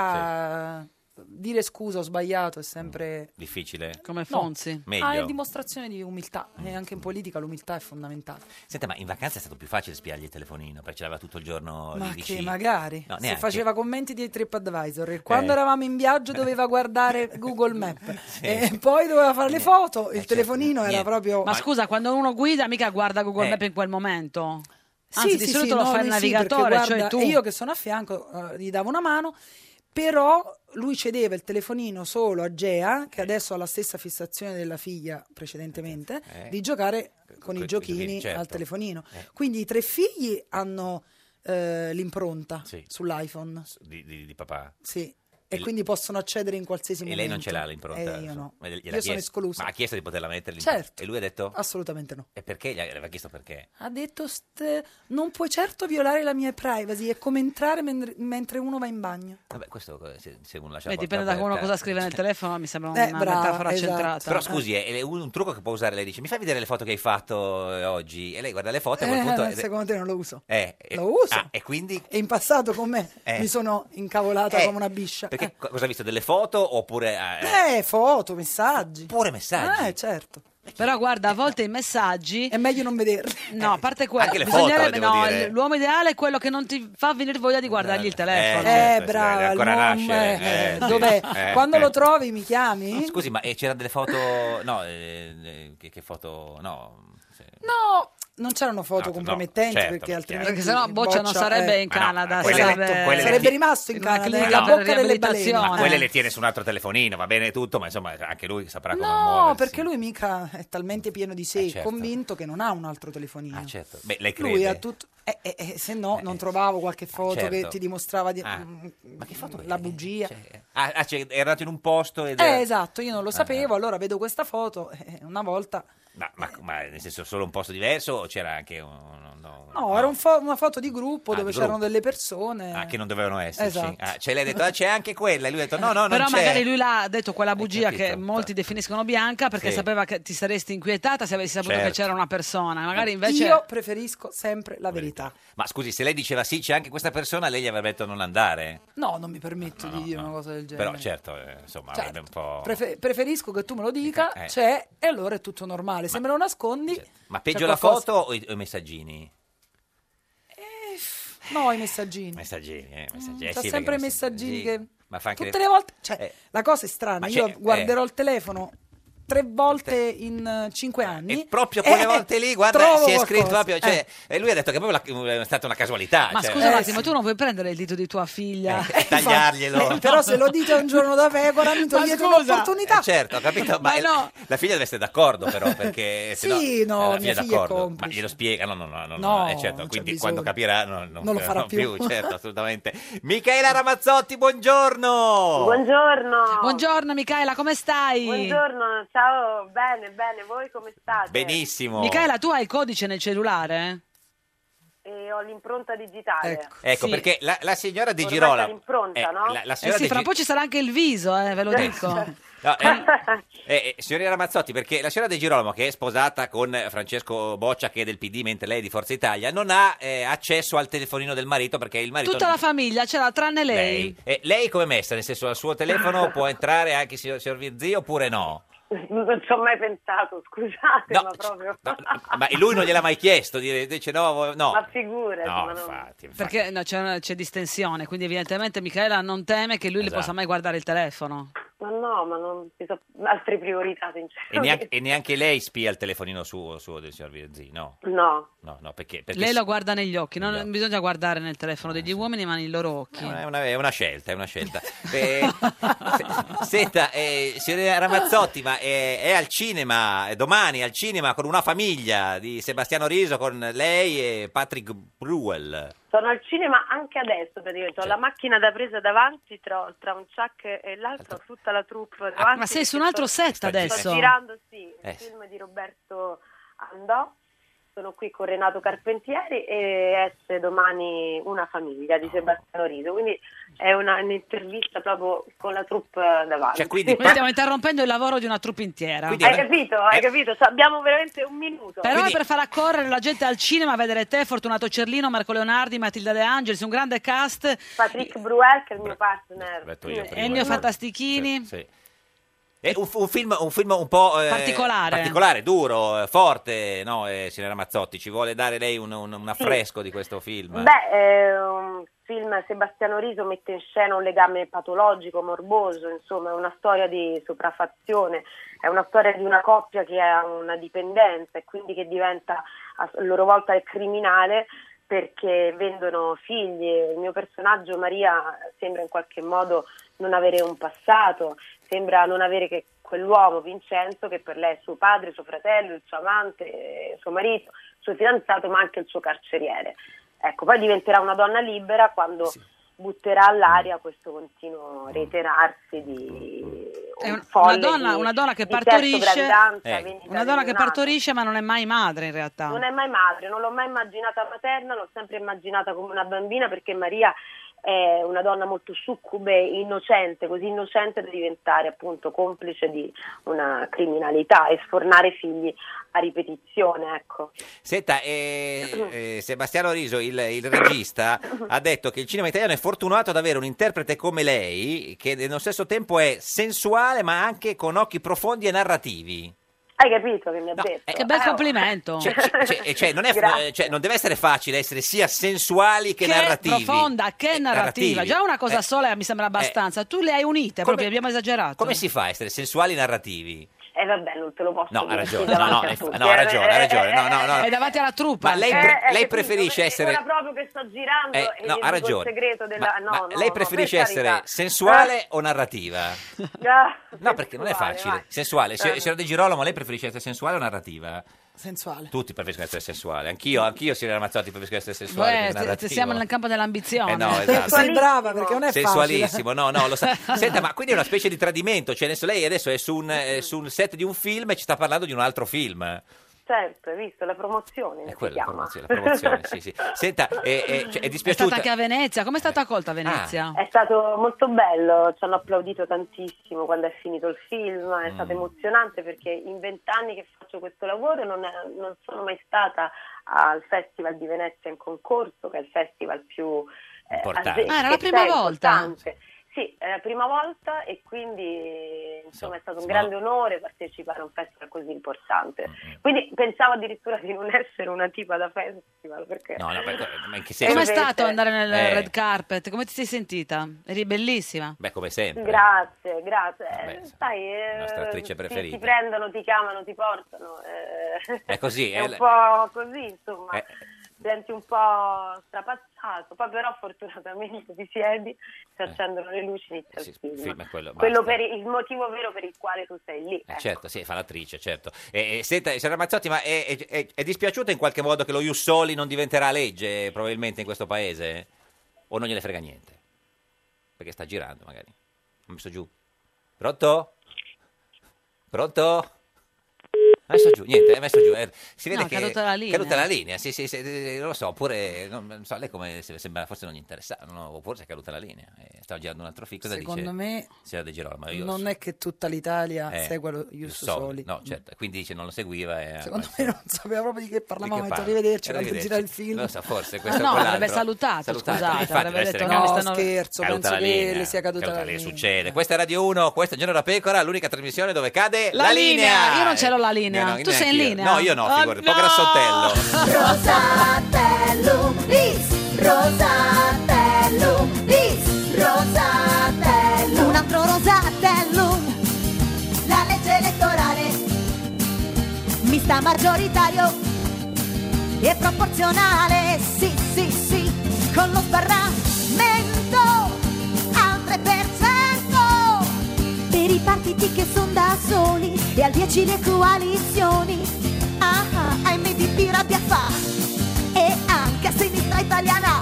idea. Dire scusa, ho sbagliato è sempre Difficile? Come No. Fonzi. Meglio. Ah, è dimostrazione di umiltà e anche in politica l'umiltà è fondamentale. Senta, ma in vacanza è stato più facile spiargli il telefonino perché ce l'aveva tutto il giorno Ma lì che vicino. magari No, se neanche. faceva commenti di TripAdvisor e quando Eh. eravamo in viaggio doveva guardare Google Maps e poi doveva fare le foto, il telefonino era niente. proprio Ma scusa, quando uno guida mica guarda Google Eh. Maps in quel momento? Sì, Anzi, sì, di sì, solito no, lo fa il lui sì, navigatore, perché cioè guarda, tu. io che sono a fianco eh, gli davo una mano, però lui cedeva il telefonino solo a Gea, che adesso ha la stessa fissazione della figlia precedentemente, Eh. di giocare con Con i i giochini giochini, certo. al telefonino. Eh. Quindi i tre figli hanno eh, l'impronta Sì. sull'iPhone. Di, di- di papà. Sì. E E l- quindi possono accedere in qualsiasi E momento. lei non ce l'ha l'impronta? Eh, io no. Ma gliel'ha Io sono chiesto? esclusa. Ma ha chiesto di poterla mettere l'impronta? Certo. E lui ha detto? Assolutamente no. E perché? Gli aveva chiesto perché? Ha detto, "St- non puoi certo violare la mia privacy, è come entrare men- mentre uno va in bagno. Vabbè, questo eh, se, se uno lascia Beh, la dipende porta da uno aperta. cosa scrive nel telefono, mi sembra Eh, una brava, metafora esatto. centrata. Però scusi, è, è un, un trucco che può usare, lei dice, mi fai vedere le foto che hai fatto eh, oggi? E lei guarda le foto e a quel Eh, punto... no, secondo te non lo uso. eh, eh, Lo uso. ah, e quindi... E in passato con me Eh. mi sono incavolata Eh, come una biscia. Perché co- cosa ha visto? Delle foto oppure... eh, Eh, foto, messaggi. Pure messaggi? Eh, certo. Però guarda, a volte i messaggi è meglio non vederli. No, a parte quello, Anche le foto, bisognerebbe devo no, dire. l'uomo ideale è quello che non ti fa venire voglia di guardargli il telefono. Eh, certo, Eh, brava, deve ancora l'uomo, nascere, eh, eh, sì. dov'è? Eh, Quando eh. lo trovi mi chiami? Scusi, ma eh, c'erano delle foto... No, eh, eh, che, che foto... No, sì. No, non c'erano foto No, compromettenti no, certo, perché altrimenti Perché sennò Boccia non sarebbe eh, in Ma no, Canada, ma quelle- sarebbe, quelle le sarebbe ti- rimasto in in una Canada, clinica nella per bocca delle riabilitazione. balene. Ma quelle le tiene su un altro telefonino, va bene tutto, ma insomma anche lui saprà come No, muoversi. perché lui mica è talmente pieno di sé, Eh, certo. convinto che non ha un altro telefonino. Ah, certo. Beh, lei crede? Lui ha tutto. Eh, eh, eh, se no, non trovavo qualche foto certo. che ti dimostrava di- Ah, mm, ma che foto la bugia. Ah, ah, cioè, era andato in un posto ed Eh, era... esatto, io non lo Ah, sapevo, allora vedo questa foto e una volta. Ma, ma- ma nel senso solo un posto diverso o c'era anche un... no, No, era un fo- una foto di gruppo Ah, dove di c'erano gruppo. delle persone. Ah, che non dovevano esserci. Esatto. Ah, cioè lei ha detto, ah, c'è anche quella. E lui ha detto, no, no, non Però c'è. magari lui l'ha detto quella bugia che capito? molti definiscono bianca perché Sì. sapeva che ti saresti inquietata se avessi saputo Certo. che c'era una persona. Magari invece Io preferisco sempre la verità. Ma scusi, se lei diceva sì, c'è anche questa persona, lei gli avrebbe detto non andare. No, non mi permetto di dire una cosa del genere. Però certo, eh, insomma, Certo. avrebbe un po'... Prefe- preferisco che tu me lo dica, Eh. c'è, e allora è tutto normale. Se me lo nascondi. Ma peggio c'è la qualcosa- foto o i, o i messaggini? No, i messaggini. Messaggini, eh, messaggini. Eh, C'ha sì, sempre perché- messaggini sì. che. Ma fa anche Tutte le volte. Cioè, Eh. la cosa è strana. Ma Io c'è- guarderò il telefono tre volte in eh, cinque anni. E proprio quelle e volte lì, guarda, trovo si è scritto qualcosa. proprio, cioè, e lui ha detto che proprio la- è stata una casualità. Ma cioè, scusa un eh, attimo, tu non puoi prendere il dito di tua figlia e tagliarglielo. Eh, però se lo dite un giorno da pecora mi Ma togliete scusa. un'opportunità. Eh, certo, ho capito, ma, Ma il- no. la figlia deve essere d'accordo però, perché se Sì, no, eh, la mia figlia è figlia è d'accordo, complice. ma glielo spiega, no, no, no, no, No, eh, certo, non c'è quindi bisogno. quando capirà no, no, Non lo farà più. certo, assolutamente. Michaela Ramazzotti, buongiorno! Buongiorno. Buongiorno Michaela, come stai? Buongiorno, ciao, bene, bene, voi come state? Benissimo. Michaela, tu hai il codice nel cellulare? E ho l'impronta digitale. Ecco, Sì. perché la, la signora De Ormai Girola... c'è l'impronta, eh, no? la, la Eh signora sì, De fra un Gi- po' ci sarà anche il viso, eh, ve lo Eh, dico. No, eh, eh, eh, signorina Ramazzotti, perché la signora De Girolamo, che è sposata con Francesco Boccia, che è del P D, mentre lei è di Forza Italia, non ha eh, accesso al telefonino del marito perché il marito... Tutta la famiglia c'era tranne lei. lei. Eh, lei come è messa? Nel senso, al suo telefono può entrare anche il signor, signor Virzì oppure no? Non ci ho mai pensato, scusate, No, ma proprio... Ma lui non gliel'ha mai chiesto? Dire, dice no, vo- no. Ma figurati, No, ma non- infatti, infatti. Perché no, c'è, una- c'è distensione, quindi evidentemente Michaela non teme che lui le Esatto. possa mai guardare il telefono. Ma no, ma non ci sono altre priorità, E sinceramente. neanche, e neanche lei spia il telefonino suo, suo del signor Virzì, no? No. No, no, perché... perché Lei s- lo guarda negli occhi, non bisogna guardare nel telefono degli uomini ma nei loro occhi. È una, è una scelta, è una scelta. Eh, se- senta, eh, signorina Ramazzotti, ma è, è al cinema, è domani al cinema con una famiglia di Sebastiano Riso, con lei e Patrick Bruel. Sono al cinema anche adesso, praticamente. Ho la macchina da presa davanti tra, tra un Chuck e l'altro, ho tutta la troupe davanti. Ah, ma sei su un altro perché set sto, adesso? Sto girando, sì, il Eh. film di Roberto Andò. Sono qui con Renato Carpentieri e esce domani Una famiglia di Sebastiano Riso. Quindi è una, un'intervista proprio con la troupe davanti. Cioè, quindi Noi stiamo interrompendo il lavoro di una troupe intera. Hai capito? Hai capito? Cioè, abbiamo veramente un minuto. Però è per far accorrere la gente al cinema a vedere te, Fortunato Cerlino, Marco Leonardi, Matilda De Angelis, un grande cast. Patrick Bruel, che è il mio partner. detto io prima. Ennio Eh, Fantastichini. Sì. È un, un film, un film un po' eh, Particolare. particolare, duro, eh, forte, no, eh, signora Ramazzotti? Ci vuole dare lei un, un, un affresco di questo film? Beh, è un film, Sebastiano Riso mette in scena un legame patologico, morboso, insomma è una storia di sopraffazione, è una storia di una coppia che ha una dipendenza e quindi che diventa a loro volta il criminale perché vendono figli. Il mio personaggio Maria sembra in qualche modo non avere un passato, sembra non avere che quell'uomo Vincenzo che per lei è suo padre, suo fratello, il suo amante, suo marito, il suo fidanzato, ma anche il suo carceriere. Ecco, poi diventerà una donna libera quando Sì. butterà all'aria questo continuo reiterarsi di È un un- folle una donna- di- una donna che di sesso, partorisce- gravidanza, Eh. vendita Una donna di che neonato. partorisce ma non è mai madre in realtà. Non è mai madre, non l'ho mai immaginata materna, l'ho sempre immaginata come una bambina perché Maria è una donna molto succube, innocente, così innocente da diventare appunto complice di una criminalità e sfornare figli a ripetizione, ecco. Senta, eh, eh, Sebastiano Riso, il, il regista, ha detto che il cinema italiano è fortunato ad avere un interprete come lei, che nello stesso tempo è sensuale ma anche con occhi profondi e narrativi. Hai capito che mi ha detto? Che bel Eh, complimento. Cioè, cioè, cioè, non, è, Grazie. cioè, non deve essere facile essere sia sensuali che, Che narrativi. profonda, che narrativa. narrativi. Già una cosa Eh, sola mi sembra abbastanza. Tu le hai unite, come- proprio abbiamo esagerato. Come si fa a essere sensuali e narrativi? Eh vabbè, non te lo posso No, ha dire ragione, qui no, davanti no, a eh, tutti, no, ha eh, ragione, ha eh, ragione, no, no, no. È davanti alla truppa. Ma lei, Eh, pre- eh, lei capito, preferisce è essere... ora proprio che sto girando Eh, e no, gli ha dico il ragione. segreto della... Ma, no, ma no, lei no, preferisce per essere carità. sensuale o narrativa? Ah, No, perché non è sensuale, facile. vai. Sensuale. Eh. Signora De Girolamo, lei preferisce essere sensuale o narrativa? Sensuale. Tutti preferiscono essere sensuali. Anch'io, anch'io, signora Ramazzotti, preferisco essere sensuale. Beh, che se- se narrativo. siamo nel campo dell'ambizione. Eh no, esatto. Sei brava perché non è Sensualissimo, no, no, lo sa. Senta, ma quindi è una specie di tradimento, cioè adesso lei adesso è su un, eh, sul set di un film e ci sta parlando di un altro film. Certo, hai visto, la promozione È si quella la chiama. promozione, la promozione, sì, sì. Senta, è, è, cioè, è È stata dispiaciuta? anche a Venezia. Come è stata accolta a Venezia? È stato molto bello, ci hanno applaudito tantissimo quando è finito il film, è stato Mm. emozionante perché in vent'anni che faccio questo lavoro non, è- non sono mai stata al Festival di Venezia in concorso, che è il festival più eh, Importante. ase- Ah, era la che prima c'è, volta? importante. Sì, è la prima volta e quindi insomma è stato un sì, grande onore partecipare a un festival così importante. Mm, Quindi pensavo addirittura di non essere una tipa da festival perché... No, no, perché- ma in che senso? Com'è invece- stato andare nel Eh. red carpet? Come ti sei sentita? Eri bellissima. Beh, come sempre. Grazie, grazie. Vabbè, Eh, Sai, eh, nostra attrice ti- preferita. Ti, prendono, ti chiamano, ti portano. eh. È così, È eh, un le- po' così, insomma. Eh. Senti un po' strapazzato, poi però fortunatamente ti siedi, si accendono le luci, inizia il film. il film è quello, Quello basta. per il motivo vero per il quale tu sei lì. Eh, ecco. certo, sì, fa l'attrice, certo. E, e, senta, signora Ramazzotti, ma è, è- è- è dispiaciuta in qualche modo che lo Ius Soli non diventerà legge, probabilmente, in questo paese? O non gliene frega niente? Perché sta girando, magari. Ho messo giù. Pronto? Pronto? Ha messo giù, niente, ha messo giù. eh, Si vede No, è che caduta la linea. caduta la linea, sì, sì, sì, eh, non lo so, oppure, non, non so, lei come se- sembra, forse non gli interessava, no? Oppure si è caduta la linea, eh, stava girando un altro film, cosa Secondo dice? me Signora De Girolamo, io non è che tutta l'Italia Eh, segua lo Ius Soli. Soli. No, certo, quindi dice non lo seguiva. E, Secondo me non sapeva proprio di che parlavamo, Di ha che detto parla? arrivederci quando Arrivederci. gira il film. Non lo so, forse questo No, o quell'altro. avrebbe salutato, scusate, infatti, avrebbe deve essere detto, caduta- no, No, scherzo, caduta penso la che linea, le sia caduta la le linea. succede. Questa è Radio uno, questa è Giorno da Pecora, l'unica trasmissione dove cade La linea! Io non ce l'ho la linea. No, no, Tu sei in neanch'io. linea? No, io no, Oh, figurati, un po' no! grassottello. Rosatellum bis, Rosatellum bis, Rosatellum. Un altro Rosatellum, la legge elettorale, mista maggioritario e proporzionale, sì, sì, sì, con lo sbarramento al tre per cento per i partiti che sono da soli e al dieci le coalizioni. Ah, ah, M D P rabbia fa e anche a sinistra italiana.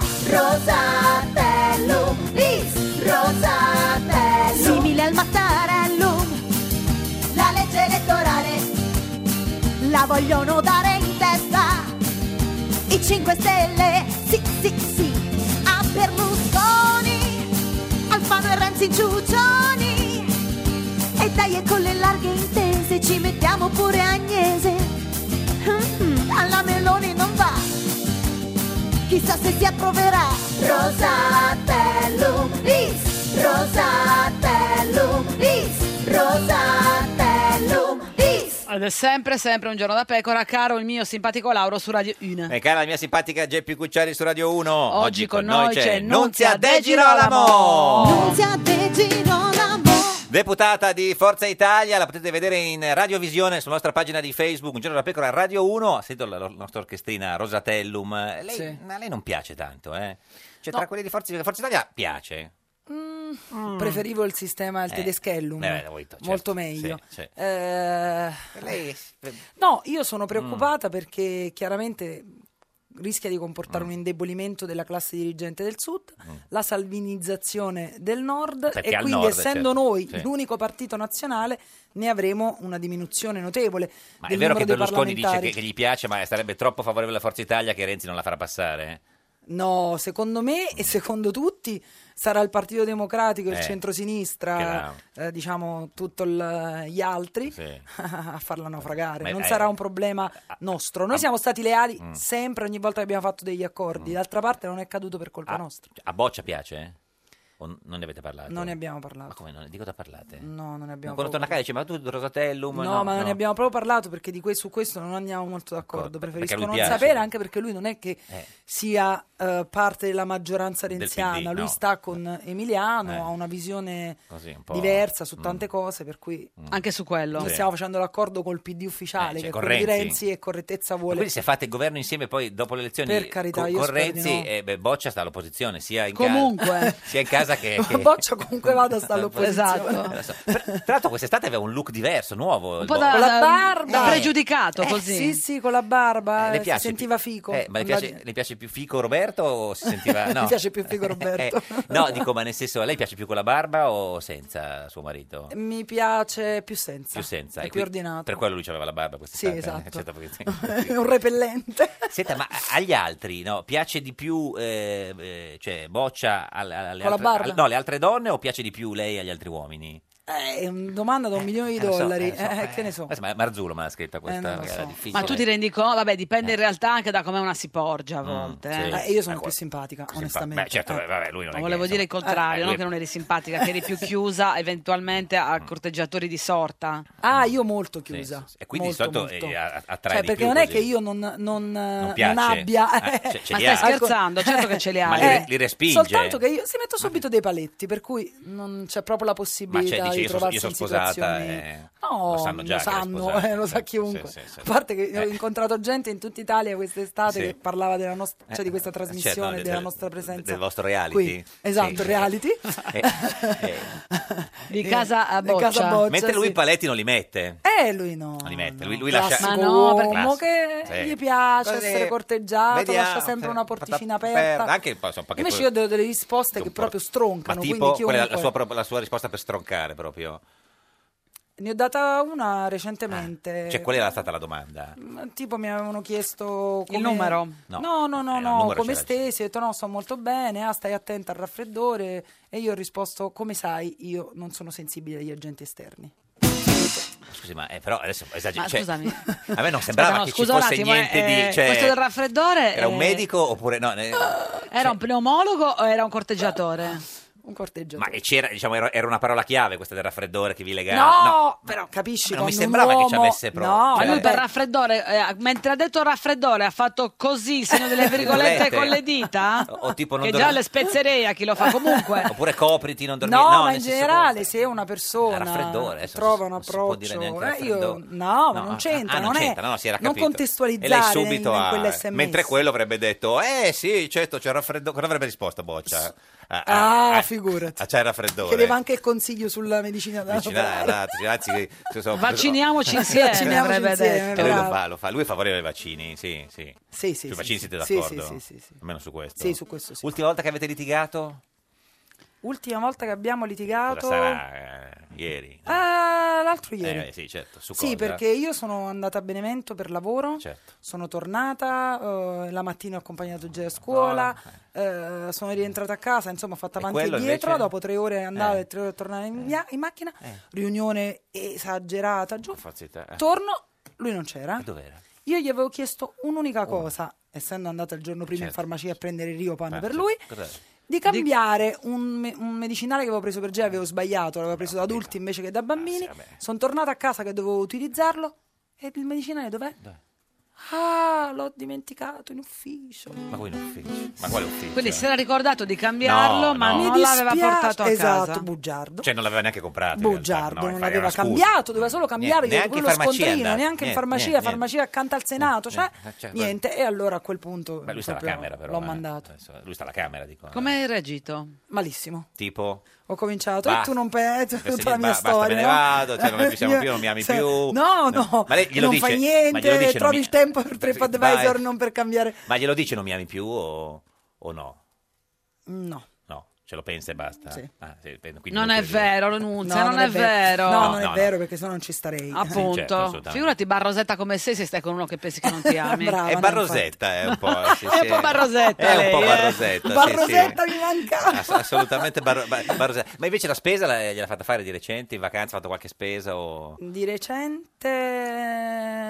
Rosatellum bis, Rosatellum, simile al Mattarellum, la legge elettorale la vogliono dare in testa i cinque Stelle, sì, sì, sì, a Berlusconi, Alfano e Renzi Ciuccioni. E dai, e con le larghe intese ci mettiamo pure Agnese. Mm, alla Meloni non va, chissà se si approverà. Rosatellum bis, Rosatellum bis, Rosatellum bis. Ed è sempre, sempre un giorno da pecora, caro il mio simpatico Lauro su Radio uno. E cara la mia simpatica Geppi Cucciari su Radio uno. Oggi con noi c'è Nunzia Nunzia De De Girolamo. Nunzia De Girolamo. Deputata di Forza Italia, la potete vedere in radiovisione sulla nostra pagina di Facebook, Un giorno da Pecora Radio uno. Ha sentito la, la nostra orchestrina Rosatellum. Lei, Sì. ma a lei non piace tanto, eh? Cioè, No. tra quelli di Forza, Forza Italia piace. Mm, Preferivo il sistema, il Eh, Tedeschellum, eh, l'ho detto, certo, molto meglio. sì, sì. Eh, Lei... no, io sono preoccupata Mm. perché chiaramente rischia di comportare un indebolimento della classe dirigente del Sud, la salvinizzazione del Nord, Perché e al quindi Nord, essendo certo, noi sì. l'unico partito nazionale ne avremo una diminuzione notevole Ma è del vero numero che dei Berlusconi dice parlamentari. che, che gli piace, ma sarebbe troppo favorevole alla Forza Italia che Renzi non la farà passare? eh? No, secondo me e secondo tutti sarà il Partito Democratico, il Eh, centrosinistra, eh, diciamo tutto il- gli altri Sì. a farla naufragare. Ma- non eh, sarà un problema nostro. Noi ah, siamo stati leali mm. sempre, ogni volta che abbiamo fatto degli accordi. D'altra parte non è caduto per colpa Ah, nostra. A Boccia piace? O n- non ne avete parlato? Non ne abbiamo parlato. Ma come non, di cosa parlate? No, non ne abbiamo Quando proprio torna a casa dice, ma tu Rosatellum? No, No, ma non no. ne abbiamo proprio parlato perché di que- su questo non andiamo molto d'accordo. Perché Preferisco a lui non piace. sapere, anche perché lui non è che Eh. sia eh, parte della maggioranza Del renziana. P D, lui no. sta con Emiliano, Eh. ha una visione Così, un po'. diversa su Mm. tante cose, per cui Anche su quello. noi Sì. stiamo facendo l'accordo col P D ufficiale, Eh, cioè, che è con quello di Renzi. Renzi, e correttezza vuole. Quindi se fate il governo insieme poi dopo le elezioni Per carità, con, io con spero di Renzi no. eh, beh, Boccia sta all'opposizione sia in Comunque. casa sia in casa che, che... Boccia comunque vada sta all'opposizione. Esatto. Lo so. Tra tra l'altro quest'estate aveva un look diverso, nuovo. Un il po' Bo- da, Con la da- barba. pregiudicato Eh, così. Sì, sì, con la barba, Eh, le eh, piace si sentiva più- fico. eh, ma le Andava- piace, le piace più fico Roberto o si sentiva no? Mi piace più figo Roberto. Eh, no, dico, ma nel senso, a lei piace più con la barba o senza suo marito? Mi piace più senza. Più senza. È E più qui- ordinato. Per quello lui aveva la barba Sì, quest'estate. esatto. eh, certo, perché- È un repellente. Senta, ma agli altri, no? Piace di più, eh, eh, cioè, Boccia alle, alle Con la altre, barba? al- no, le altre donne o piace di più lei agli altri uomini? Eh, È una domanda da un milione di Eh, lo so, dollari. eh, lo so, Eh, eh. che ne so. Ma Marzullo me l'ha scritta questa, Eh, non lo che era so. difficile. Ma tu ti rendi conto? Vabbè, dipende in realtà anche da come una si porge a volte. Mm, sì. eh. Eh, io sono Eh, più simpatica, Simpa- onestamente. Beh, certo, Eh. vabbè, lui non è Ma volevo che, dire il insomma, contrario, eh, non lui- che non eri simpatica, che eri più chiusa eventualmente a corteggiatori di sorta. Ah, io molto Sì, chiusa. sì, sì. E quindi molto, di solito molto. eh, a- attrae Cioè, di perché più non è così. che io non, non, non piace? abbia. Eh, ce- ce Ma li stai ha. scherzando? Certo che ce li Ma hai. li, Eh, li respinge? Soltanto che io si metto subito dei paletti, per cui non c'è proprio la Ma possibilità cioè, dici, di io sono, trovarsi io sono in sposata situazioni. eh, No, lo sanno già lo che ero sanno, sposata. eh, lo sa Sì, chiunque. sì, sì, sì. A parte che io ho Eh. incontrato gente in tutta Italia quest'estate Sì. che parlava della nostra, cioè di questa Eh, trasmissione, certo, no, della del- nostra presenza del vostro reality. qui. Esatto, Sì. reality. Eh, eh, Di casa a Di casa Boccia. Boccia, mentre lui sì. i paletti non li mette. Eh, lui no. Non li mette. Lui, lui Classico lascia... Ma no, perché- uomo Classico. che Sì. gli piace Così. essere corteggiato, Vediamo, lascia sempre sì. una porticina Aperta. aperta. Anche poi, insomma, che Invece poi- io do delle risposte che proprio Ma stroncano, tipo, quindi qual è la, chiunque... la sua, pro- la sua risposta per stroncare proprio? Ne ho data una recentemente. Cioè, qual era stata la domanda? Tipo mi avevano chiesto come... Il numero? No. No, no, no, Eh, il no, numero come c'era- stessi, ho detto no, sto molto bene, ah, stai attenta al raffreddore, e io ho risposto, come sai, io non sono sensibile agli agenti esterni. Scusi, ma eh, però adesso esager- Ma cioè, scusami. a me non sembrava Aspetta, no, che scusa ci un fosse attimo, niente eh, di... Cioè, questo del raffreddore, era un eh, medico oppure no? ne- Era un pneumologo o era un corteggiatore? Un corteggiatore. Ma e c'era, diciamo, era, era una parola chiave questa del raffreddore che vi legava? No, però capisci, non mi quando un sembrava che ci uomo- avesse proprio. No, Ma cioè- lui per raffreddore, eh, mentre ha detto raffreddore, ha fatto così, il segno delle virgolette Virgolette? con le dita? O, o tipo non Che dormi- già le spezzerei a chi lo fa comunque. Oppure copriti, non dormire. No, No, ma nel in senso- generale se una persona raffreddore, adesso trova un non si può dire approccio, neanche eh, io raffreddore. no, ma No, non ah, c'entra, ah, non, è c'entra, no, no, si era non capito. contestualizzare E lei subito in, in ha- quell'S M S. mentre quello avrebbe detto eh sì, certo, c'è il raffreddore. Cosa avrebbe risposto Boccia? Ah, Ah, ah, figurati. ah, c'è il raffreddore. Chiedeva anche il consiglio sulla medicina da Vicino- fare. esatto, anzi, che- se so- Vacciniamoci insieme, Vacciniamoci avrebbe insieme, detto. E lui lo bravo. fa, lo fa. Lui è favorevole ai vaccini, sì, sì. Sì, sì, Sui sì, vaccini sì. siete Sì, d'accordo? sì, sì, sì, sì. Almeno su questo. Sì, su questo sì. Ultima volta che avete litigato? Ultima volta che abbiamo litigato Cosa sarà? Eh, ieri? Ah, l'altro ieri. Eh, sì, certo. Su Sì, cosa? perché io sono andata a Benevento per lavoro, Certo. sono tornata, eh, la mattina ho accompagnato Gea a scuola, eh, sono rientrata a casa, insomma ho fatto E avanti e quello dietro, invece? dopo tre ore andare Eh. e tre ore tornare in, via- in macchina, riunione esagerata, giù, Forza Italia. Eh. torno, lui non c'era, E dov'era? io gli avevo chiesto un'unica cosa, essendo andata il giorno prima in Certo. farmacia a prendere il Riopan Ah, per sì. lui, Cos'è? di cambiare un, me- un medicinale che avevo preso per Gea, avevo sbagliato, l'avevo preso da adulti invece che da bambini. Ah, sì, vabbè. Sono tornata a casa che dovevo utilizzarlo e il medicinale dov'è? Ah, l'ho dimenticato in ufficio. Ma voi in ufficio? Ma quale ufficio? Quindi si era ricordato di cambiarlo, No, ma no. non Mi l'aveva dispiace- portato a esatto, casa. bugiardo. Cioè non l'aveva neanche comprato. in Bugiardo, realtà, no, non infatti, l'aveva era una scusa. cambiato, doveva solo cambiare Niente, io, neanche quello in farmacia è scontrino, andato. neanche in Niente, farmacia, niente, farmacia accanto al Senato, cioè Eh, cioè, niente. E allora a quel punto Beh, lui sta alla proprio Camera però. l'ho eh. mandato. Adesso, lui sta alla Camera, dico. Come hai reagito? Malissimo. Tipo? Ho cominciato Basta. e tu non pensi Basta, tutta la mia basta, storia. me ne no? vado, cioè, non mi piacciamo più, non mi ami Cioè, più. No, no, Ma lei glielo non dice- fai ma glielo niente, dice, non trovi mi- il tempo per TripAdvisor Vai. non per cambiare. Ma glielo dice non mi ami più o, o no? No. No, ce lo pensa e basta? Sì. Ah, sì, quindi Non lo è credi. vero, Renunzia, No, non, è vero. No, No, non no, è vero perché sennò non ci starei. Appunto, certo, assolutamente. figurati Barrosetta come sei se stai con uno che pensi che non ti ami. Brava, È no, Barrosetta, è un po'. Sì, È un sì. po' Barrosetta È un lei, po' eh. Barrosetta. sì, Barrosetta sì. mi manca. Ass- assolutamente Barro- Bar- Barrosetta. Ma invece la spesa la- gliel'ha fatta fare di recente? In vacanza ha fatto qualche spesa? O... Di recente no.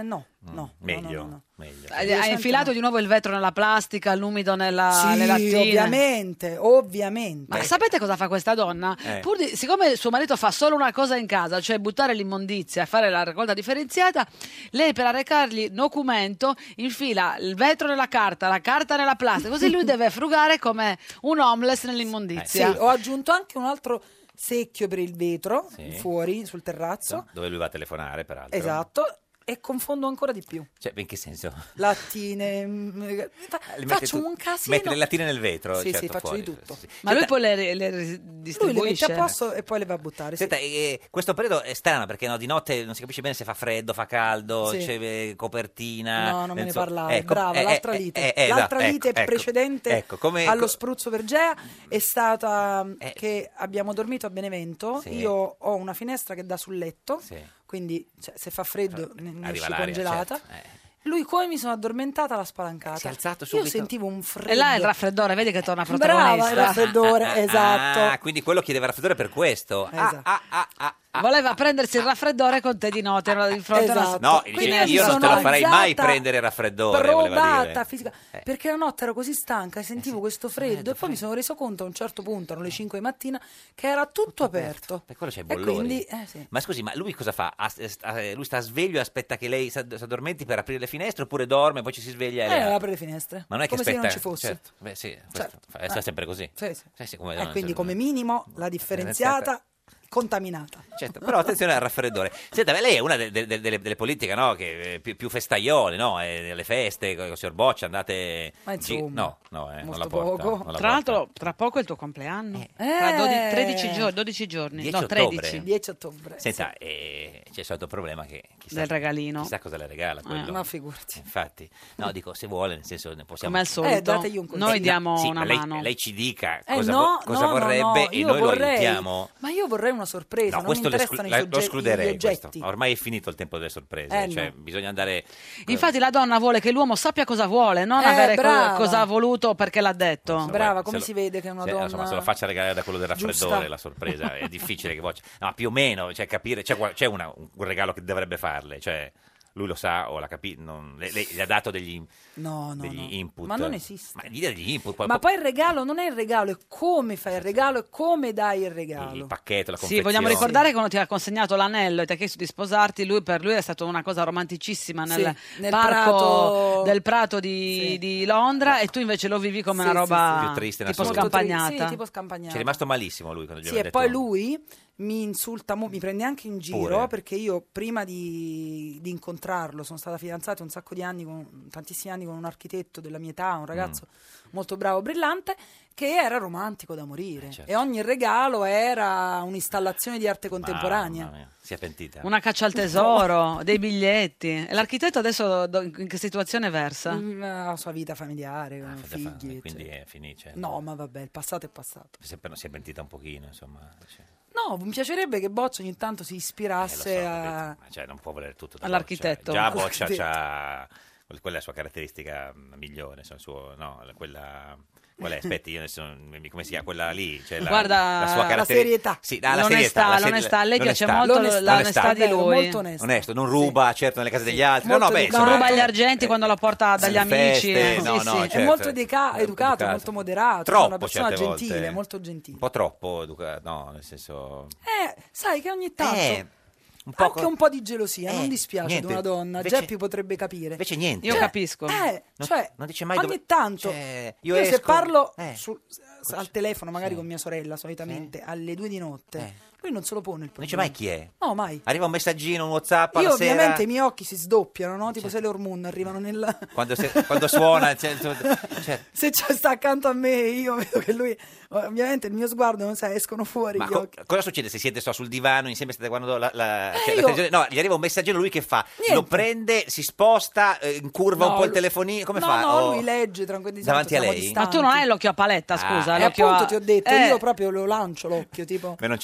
no. Meglio, no, no, no. meglio. Hai hai infilato di nuovo il vetro nella plastica, l'umido nella, Sì, nelle lattine. ovviamente, ovviamente. Ma sapete cosa fa questa donna? Eh. Pur di- siccome suo marito fa solo una cosa in casa, cioè buttare l'immondizia e fare la raccolta differenziata, lei per arrecargli documento infila il vetro nella carta, la carta nella plastica, così lui deve frugare come un homeless Sì, nell'immondizia. ho aggiunto anche un altro secchio per il vetro Sì. fuori sul terrazzo. Dove lui va a telefonare, peraltro. Esatto. E confondo ancora di più. Cioè, in che senso? Lattine. mm, fa- Li mette faccio tu- un casino. Mette le lattine nel vetro. Sì, certo, sì, faccio fuori. di tutto. Sì, sì. Ma lui Senta- poi le, le Lui le mette distribuisce. a posto e poi le va a buttare. sì. Senta, eh, questo periodo è strano perché no, di notte non si capisce bene se fa freddo, fa caldo, Sì. c'è eh, copertina. No, non me ne lenzo- parlare. Ecco, Brava, eh, l'altra eh, lite. eh, eh, l'altra esatto, lite ecco, ecco. precedente Ecco, come- allo co- spruzzo Vergea è stata che abbiamo dormito a Benevento. Sì. Io ho una finestra che dà sul letto, Sì. quindi cioè, se fa freddo ne, ne Arriva esci l'aria, congelata. certo, eh. Lui come mi sono addormentata l'ha spalancata. Si è alzato Io subito. sentivo un freddo. E là è il raffreddore, vedi che torna Brava, protagonista. il raffreddore, esatto. Ah, quindi quello chiedeva raffreddore per questo. Ah, Esatto. ah, ah, ah, ah. Voleva prendersi il raffreddore con te di notte di fronte a una... Esatto. No, Quindi dice, mi io non te sono lo farei mai alzata prendere il raffreddore, voleva provata dire. fisica Eh. perché la notte ero così stanca e sentivo questo freddo e poi mi sono reso conto a un certo punto, erano le cinque di mattina, che era tutto aperto Per quello c'è e bollori. quindi eh, sì. Ma scusi, ma lui cosa fa? Ah, s- eh, lui sta sveglio e aspetta che lei si ad- si addormenti per aprire le finestre oppure dorme e poi ci si sveglia e Eh, le apre le finestre Ma non è che come aspetta... se non ci fosse. Certo. Beh, sì, questo Certo. fa- è Eh. sempre così. Sì, sì. Sì, sì, come- E no, quindi se- come minimo la differenziata contaminata. Certo, però attenzione al raffreddore. Senta, beh, lei è una de- de- de- delle, delle politiche, no? Che eh, più, più festaiole, no? E alle feste con il signor Boccia andate... Ma gi- insomma, no, no, eh, non molto la porta. poco. non la Tra porta. l'altro, tra poco è il tuo compleanno. Eh. Tra dodi- tredici giorni, dodici giorni. dieci No, ottobre. tredici. dieci ottobre. Senta, eh, c'è il solito problema che chissà, Del regalino. chissà cosa le regala quello. Ma figurati. Infatti, no, dico se vuole, nel senso ne possiamo. Come al solito, Eh, dategli un consiglio. noi diamo Sì, una ma lei, mano. lei ci dica Eh, cosa, no, vo- cosa no, no, vorrebbe no, e io noi vorrei- lo aiutiamo. Ma io vorrei una sorpresa, No, non mi questo le interessano scu- i la- soggetti, lo escluderei. gli oggetti. Questo. Ormai è finito il tempo delle sorprese, Eh, cioè no. bisogna andare. Infatti la donna vuole che l'uomo sappia cosa vuole, non Eh, avere co- brava. cosa ha voluto perché l'ha detto. Brava, se come lo- si vede che è una se, donna insomma, se lo faccia regalare da quello del raffreddore giusta. la sorpresa è difficile che voce. No, più o meno, cioè capire, c'è, qual- c'è una- un regalo che dovrebbe farle, cioè lui lo sa o l'ha capito, lei, lei gli ha dato degli, No, no, degli no. input. Ma non esiste. Ma gli dà degli input, poi Ma poi il regalo non è il regalo, è come fai il regalo e come dai il regalo. il pacchetto, la Sì, confezione. vogliamo ricordare che quando ti ha consegnato l'anello e ti ha chiesto di sposarti, lui, per lui è stata una cosa romanticissima nel, Sì, nel parco prato- del Prato di, Sì. di Londra e tu invece lo vivi come Sì, una sì, roba sì. Più triste in tipo assoluto. scampagnata. Sì, tipo scampagnata. Ci è rimasto malissimo lui quando gli Sì, aveva e detto. poi lui mi insulta, mo- mi prende anche in giro Pure. perché io prima di, di incontrarlo sono stata fidanzata un sacco di anni, con, tantissimi anni con un architetto della mia età, un ragazzo molto bravo, brillante, che era romantico da morire certo. e ogni regalo era un'installazione di arte contemporanea. Mamma mia, si è pentita. Una caccia al tesoro, dei biglietti. E l'architetto adesso do- in che situazione versa? Mm, La sua vita familiare, con figli. Quindi eccetera. è finisce. No, ma vabbè, il passato è passato. Si è, si è pentita un pochino, insomma. Cioè, No, mi piacerebbe che Boccia ogni tanto si eh, lo ispirasse so, a... capito, ma cioè, non può volere tutto da All'architetto. Boccia. Già Boccia All'architetto. c'ha quella è la sua caratteristica mm, migliore, insomma, il suo, no, quella qual è? Aspetti, io adesso non- come si chiama quella lì, cioè la, Guarda, la sua la caratteristica. serietà. Sì, ah, la L'onestà, serietà, la seri- l'onestà. A lei piace l'onestà. molto L'onestà. l'onestà di Bello, lui. molto onesto. Onesto, non ruba certo nelle case degli altri. Molto no, no, beh, educato. Non insomma, ruba gli argenti quando la porta dagli alle amici. feste, eh. no, Sì, no, sì. certo. È molto educa- Eh, educato, educato. molto moderato, Troppo, è una persona certe gentile, volte. molto gentile. Un po' troppo educato, no, nel senso. Eh, sai che ogni tanto Eh, un po' anche co- un po' di gelosia Eh, non dispiace niente. ad una donna. Invece- Geppi potrebbe capire. Invece niente. Io Cioè, capisco. Eh, Non- cioè, non dice mai ogni dove- tanto cioè, io io se esco- parlo eh. sul- al telefono magari con mia sorella solitamente alle due di notte, Eh. lui non se lo pone il Non dice problema. mai chi è. No, mai. Arriva un messaggino, un WhatsApp Io alla sera. ovviamente i miei occhi si sdoppiano, no? Tipo Sailor Moon arrivano nel... Quando, se- quando suona, cioè, cioè, Se c'è sta accanto a me io vedo che lui... Ovviamente il mio sguardo, non sa, escono fuori ma gli co- occhi. cosa succede se siete so, sul divano insieme state guardando la, la, Eh, cioè, la io- televisione? No, gli arriva un messaggino, lui che fa? Niente. Lo prende, si sposta, eh, incurva un No, po' il lui- telefonino, come no, fa? No, O- lui legge tranquillamente. Davanti a siamo lei? Ma tu non hai l'occhio a paletta, Ah. scusa. E l'occhio appunto a- ti ho detto, Eh, io proprio lo lancio l'occhio, tipo... Ma non ce la fa a vedere.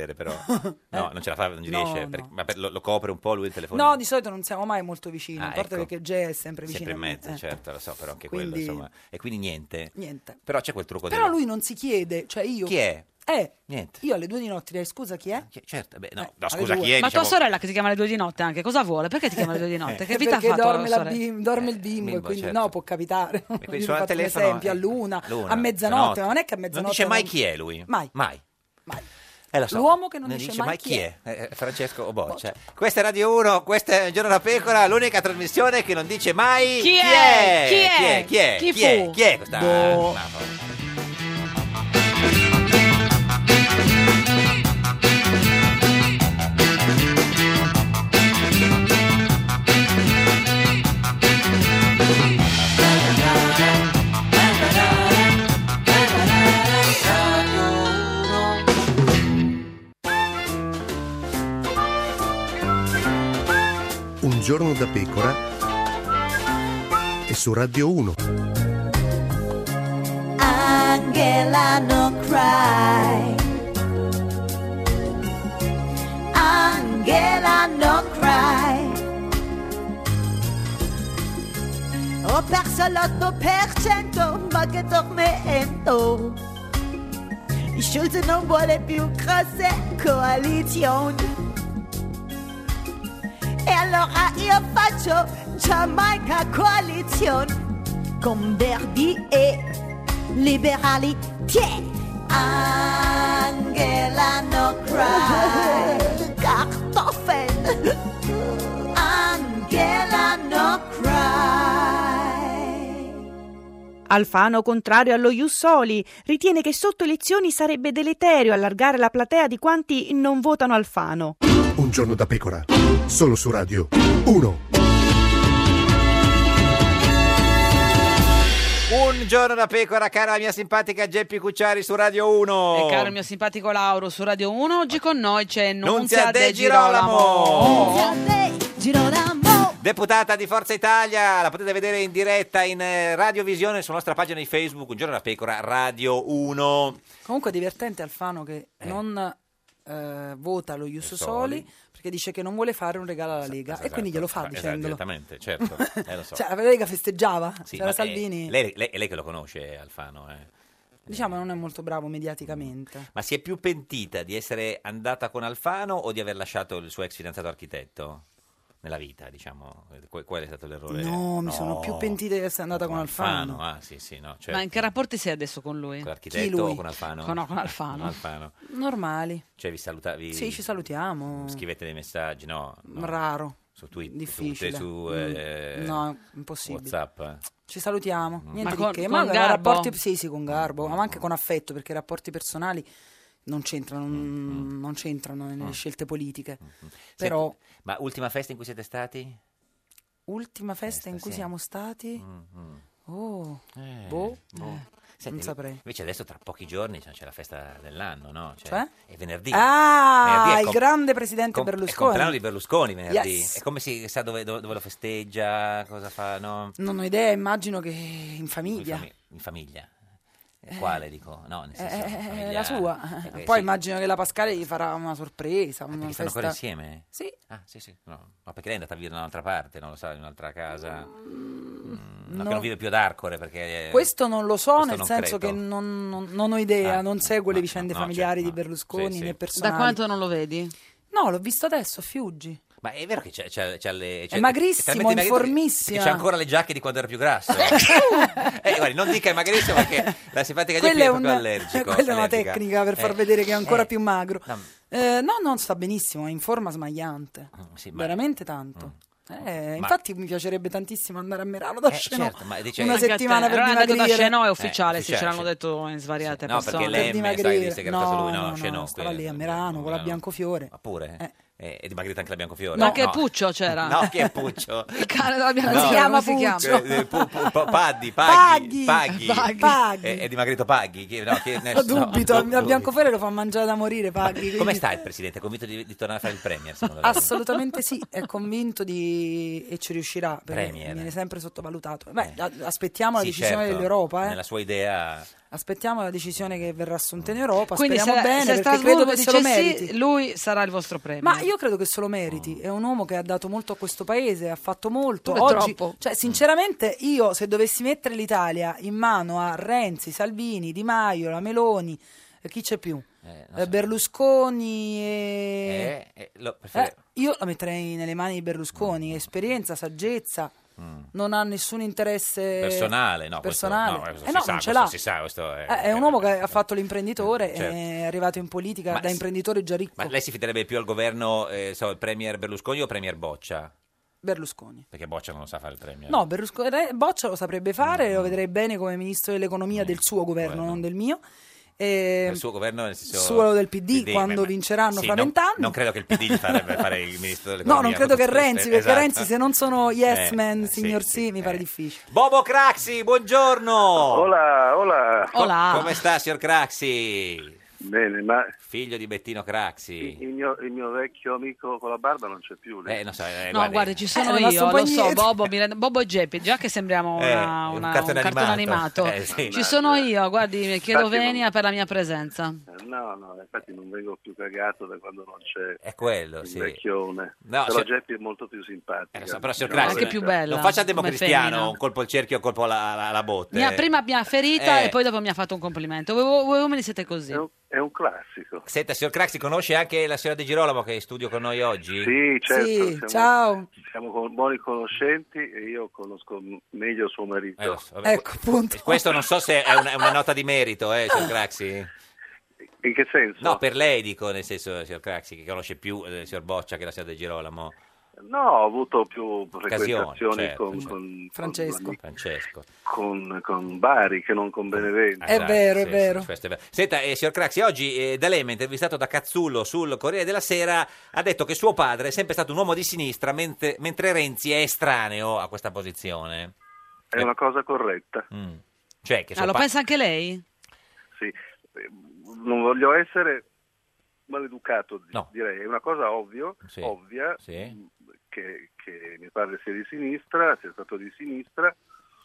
vedere però. No, non ce la fa, non ci No, riesce. no. per- ma per- lo, lo copre un po' lui il telefonino? No, di solito non siamo mai molto vicini, Ah, a parte ecco. perché Jay è sempre vicino Sempre in a me, mezzo, eh. certo, lo so, però anche Quindi- quello, insomma. E quindi niente. Niente. Però c'è quel trucco Però del... lui non si chiede, cioè io... Chi è? Eh, Niente. io alle due di notte direi scusa chi è? Certo, beh, no, Eh, no alle scusa, due. chi è? Ma diciamo... tua sorella che si chiama alle due di notte anche, cosa vuole? Perché ti chiama alle due di notte? Che Eh, vita ha perché fatto dorme, la sorella? bim- dorme il bimbo, bimbo, e quindi certo. no, può capitare. quindi Io suona ho il fatto un telefono, esempio, eh, all'una, l'una, a mezzanotte, ma non è che a mezzanotte... Non dice mai non- chi è lui? Mai. Mai. Mai. Eh, lo so. L'uomo che non dice mai chi chi è. Eh, eh, Francesco Boccia. Questa è Radio uno, questa è Un Giorno da Pecora, l'unica trasmissione che non dice mai Chi è? Chi è? Chi è? Chi è? Chi Chi è? fu? Chi è questa? Boh. Ma- Un giorno da pecora e su Radio uno. Angela no cry. Angela no cry. Ho perso l'otto per cento, ma che tormento. Schulz non vuole più grosse coalizioni. E allora io faccio Giamaica coalizione con Verdi e liberali. Tiè! Angela no cry. Kartoffeln. Angela no cry. Alfano, contrario allo Ius Soli, ritiene che sotto elezioni sarebbe deleterio allargare la platea di quanti non votano Alfano. Un giorno da pecora, solo su Radio uno. Un giorno da pecora, cara la mia simpatica Geppi Cucciari su Radio uno. E caro il mio simpatico Lauro su Radio uno, oggi con noi c'è Nunzia Nunzia De De Girolamo. Girolamo. Deputata di Forza Italia, la potete vedere in diretta in eh, radiovisione sulla nostra pagina di Facebook, Un giorno da pecora, Radio uno. Comunque è divertente Alfano che non eh, vota lo Ius Soli. Soli perché dice che non vuole fare un regalo alla Lega e quindi glielo fa Esatto, dicendolo. direttamente, certo. Eh, lo so. Cioè la Lega festeggiava, Sì, c'era ma, eh, Salvini. lei, lei- è lei che lo conosce, Alfano, eh. Diciamo non è molto bravo mediaticamente. Ma si è più pentita di essere andata con Alfano o di aver lasciato il suo ex fidanzato architetto? Nella vita, diciamo, Qu- qual è stato l'errore? No, mi sono più pentita di essere andata con Alfano. Ah, sì, sì, no, certo. Ma in che rapporti sei adesso con lui? Con l'architetto Chi lui? o con Alfano? Con- no, con Alfano. Con Alfano. Normali. Cioè vi salutavi? Sì, ci salutiamo. Scrivete dei messaggi, no? no. Raro. Su Twitter, Difficile. su, Mm. eh, No, impossibile. WhatsApp. eh. Ci salutiamo. Mm. Niente Ma con- di che. con Ma garbo? rapporti sì, sì, con garbo, ma anche con affetto, perché i rapporti personali non c'entrano, non, non c'entrano nelle Mm. scelte politiche. Senti, Però ma ultima festa in cui siete stati? ultima festa in cui sì. siamo stati? Mm, Oh, Eh, boh, boh. eh, Senti, non saprei. Invece adesso tra pochi giorni c'è c'è la festa dell'anno, no? Cioè? È venerdì. Ah, Venerdì è il com- grande presidente com- È il Berlusconi. compleanno di Berlusconi venerdì. Yes. E come si sa dove, dove- dove lo festeggia? Cosa fa? No? Non ho idea, immagino che in In, famiglia. fami- in famiglia. E Quale dico? No, nel senso, Eh, famiglia- la sua. eh, Poi sì. immagino che la Pascale gli farà una sorpresa. Una Perché stanno festa... ancora insieme? Sì. Ah, sì, sì. No. Ma perché lei è andata a vivere da un'altra parte, non lo sa, in un'altra casa? Mm, no, no. che non vive più ad Arcore perché... Questo non lo so, Questo nel non senso credo. che non, non- non ho idea, Ah, non seguo le no, vicende no, familiari certo, di Berlusconi Sì, sì. né personali. Da quanto non lo vedi? No, l'ho visto adesso a Fiuggi. Ma è vero che c'è, c'è, c'è le, c'è- magrissimo, talmente magrito che- informissimo. che c'ha ancora le giacche di quando era più grasso. eh, guardi, non dica è magrissimo perché la simpatica Geppi Quella è è, proprio un- allergico. quella è una allergica. tecnica per far Eh, vedere che è ancora eh, più magro. no, Eh, no, non sta benissimo, è in forma smagliante. sì, ma- Veramente tanto. Eh, Ma- infatti mi piacerebbe tantissimo andare a Merano da Eh, Sceno certo, ma dice- una Anche a te. settimana per Allora è andato da dimagrire. Sceno, è ufficiale, Eh, sì, ce ufficiale, l'hanno sì. detto in svariate No, persone. perché lei Per mi sai, dimagrire. disse che era stato lui, no, no, Sceno, no, stava quello- lì a Merano con la no. Biancofiore. Ma pure? Eh. Eh, è dimagrita anche la Biancofiore? No, che Puccio c'era. No, che è Puccio? Il cane della No. Biancofiore, Si chiama come si chiama? Puccio. Eh, eh, pu- pu- pu- Paddi, Paghi, Paghi. Paghi. Paghi. È, è dimagrito Paghi? Chi- no, chi- Lo dubito, no, la Biancofiore lo fa mangiare da morire, Paghi. Come quindi- sta il Presidente? È convinto di, di tornare a fare il Premier, secondo lei? Assolutamente sì, è convinto di... e ci riuscirà, perché Premier. viene sempre sottovalutato. Beh, a- aspettiamo la Sì, decisione certo, dell'Europa. Eh. Nella sua idea... Aspettiamo la decisione che verrà assunta in Europa, Quindi speriamo se, bene se perché Strasburgo credo che se lo dice meriti. sì, lui sarà il vostro premio. Ma io credo che se lo meriti, è un uomo che ha dato molto a questo paese, ha fatto molto. Pure Oggi, troppo. cioè, sinceramente, io se dovessi mettere l'Italia in mano a Renzi, Salvini, Di Maio, la Meloni, eh, chi c'è più? Eh, non Eh, so. Berlusconi e... Eh, eh, lo prefere- Eh, io la metterei nelle mani di Berlusconi, esperienza, saggezza, Mm. non ha nessun interesse personale, no, questo- personale. no, questo Eh si no, sa, non ce questo l'ha. si sa, questo è- Eh, è un uomo che ha fatto l'imprenditore, certo. è arrivato in politica Ma da s- imprenditore già ricco. Ma lei si fiderebbe più al governo, eh, so, il premier Berlusconi o premier Boccia? Berlusconi. Perché Boccia non lo sa fare il premier. No, Berlusconi, eh, Boccia lo saprebbe fare, Mm. lo vedrei bene come ministro dell'economia del suo governo, non del mio. E Il suo governo nel senso... suo del P D, P D, quando ma- vinceranno sì, fra non- vent'anni. Non credo che il P D gli farebbe fare il ministro No, dell'economia. non credo che con tutto Renzi, rispetto. perché Esatto. Renzi se non sono yes Eh, man, eh, signor sì, sì, sì, mi eh. pare difficile. Bobo Craxi, buongiorno! Hola, hola. Co- Come sta, signor Craxi? Bene, ma Figlio di Bettino Craxi. il mio, il mio vecchio amico con la barba non c'è più. lì. Eh, non so, eh, No, guardi- guarda, ci sono è rimasto io, un po' lo so, indietro. Bobo, mi rendo- Bobo e Geppi, già che sembriamo Eh, una- un una- un cartone cartone animato. animato. Eh, sì. Ci sono io, guardi, chiedo Infatti non- venia per la mia presenza. No, no, infatti non vengo più cagato da quando non c'è È quello, il sì. vecchione. No, Però se- Geppi è molto più simpatica. Eh, lo so, però signor Diciamo Craxi, la Anche più verità. bella, non faccia il come democristiano, femmina. un colpo al cerchio, un colpo alla, alla- alla botte. Mi ha- prima mi ha ferita Eh. e poi dopo mi ha fatto un complimento. Voi, voi uomini siete così. È un, è un classico. Senta, signor Craxi, conosce anche la signora De Girolamo che è in studio con noi oggi? Sì, certo. Sì, siamo, ciao. siamo con- buoni conoscenti e io conosco m- meglio suo marito. Eh, lo so, vabbè, Ecco, appunto. Questo non so se è una, è una nota di merito, eh, signor Craxi. In che senso? No, per lei dico, nel senso, signor Craxi, che conosce più eh, il signor Boccia che la signora De Girolamo. No, ho avuto più Occasioni, frequentazioni certo, con, certo. con- Francesco. con, Francesco. con, con Bari che non con Benevento. È vero, è vero. sì, questo è vero. Senta, eh, signor Craxi, oggi eh, D'Alema, intervistato da Cazzullo sul Corriere della Sera, ha detto che suo padre è sempre stato un uomo di sinistra, mentre, mentre Renzi è estraneo a questa posizione. È una cosa corretta. Mm. Cioè, che Ah, suo lo pa- pensa anche lei? Sì. Eh, Non voglio essere maleducato, di- No. direi, è una cosa ovvio, Sì, ovvia sì. mh, che, che mio padre sia di sinistra, sia stato di sinistra,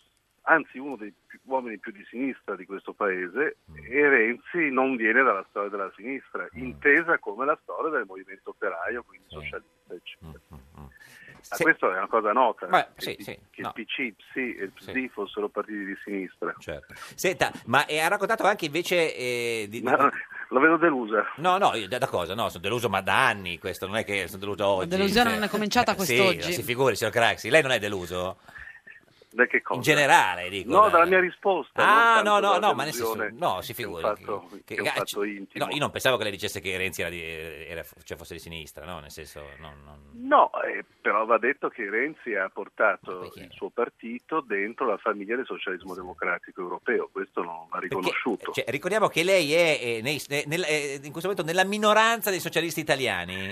anzi uno dei più- uomini più di sinistra di questo paese, Mm. e Renzi non viene dalla storia della sinistra, Mm. intesa come la storia del movimento operaio, quindi socialista, eccetera. Mm, Ma Se- questo è una cosa nota, Beh, che, sì, il- sì, che no. il P C, il P S I e il P D Sì. fossero partiti di sinistra. Certo. Senta, ma eh, ha raccontato anche invece eh, di... Ma la vedo delusa. No, no, io- da, da cosa? No, sono deluso ma da anni, questo non è che sono deluso oggi. La delusione cioè. non è cominciata Eh, quest'oggi. Sì, si figuri, signor Craxi, lei non è deluso? Da che cosa? In generale, dico. No, da- dalla mia risposta. non Ah, tanto no, no, dalla no, ma nel senso, delusione no, si che è un figuri. fatto, che- che è un ah, fatto c- intimo. no, io non pensavo che lei dicesse che Renzi era di, era- cioè fosse di sinistra, no? Nel senso, no, non- No, eh, però va detto che Renzi ha portato il suo partito dentro la famiglia del socialismo democratico europeo, questo non va riconosciuto. Cioè, ricordiamo che lei è eh, nei- ne- nel- eh, in questo momento nella minoranza dei socialisti italiani.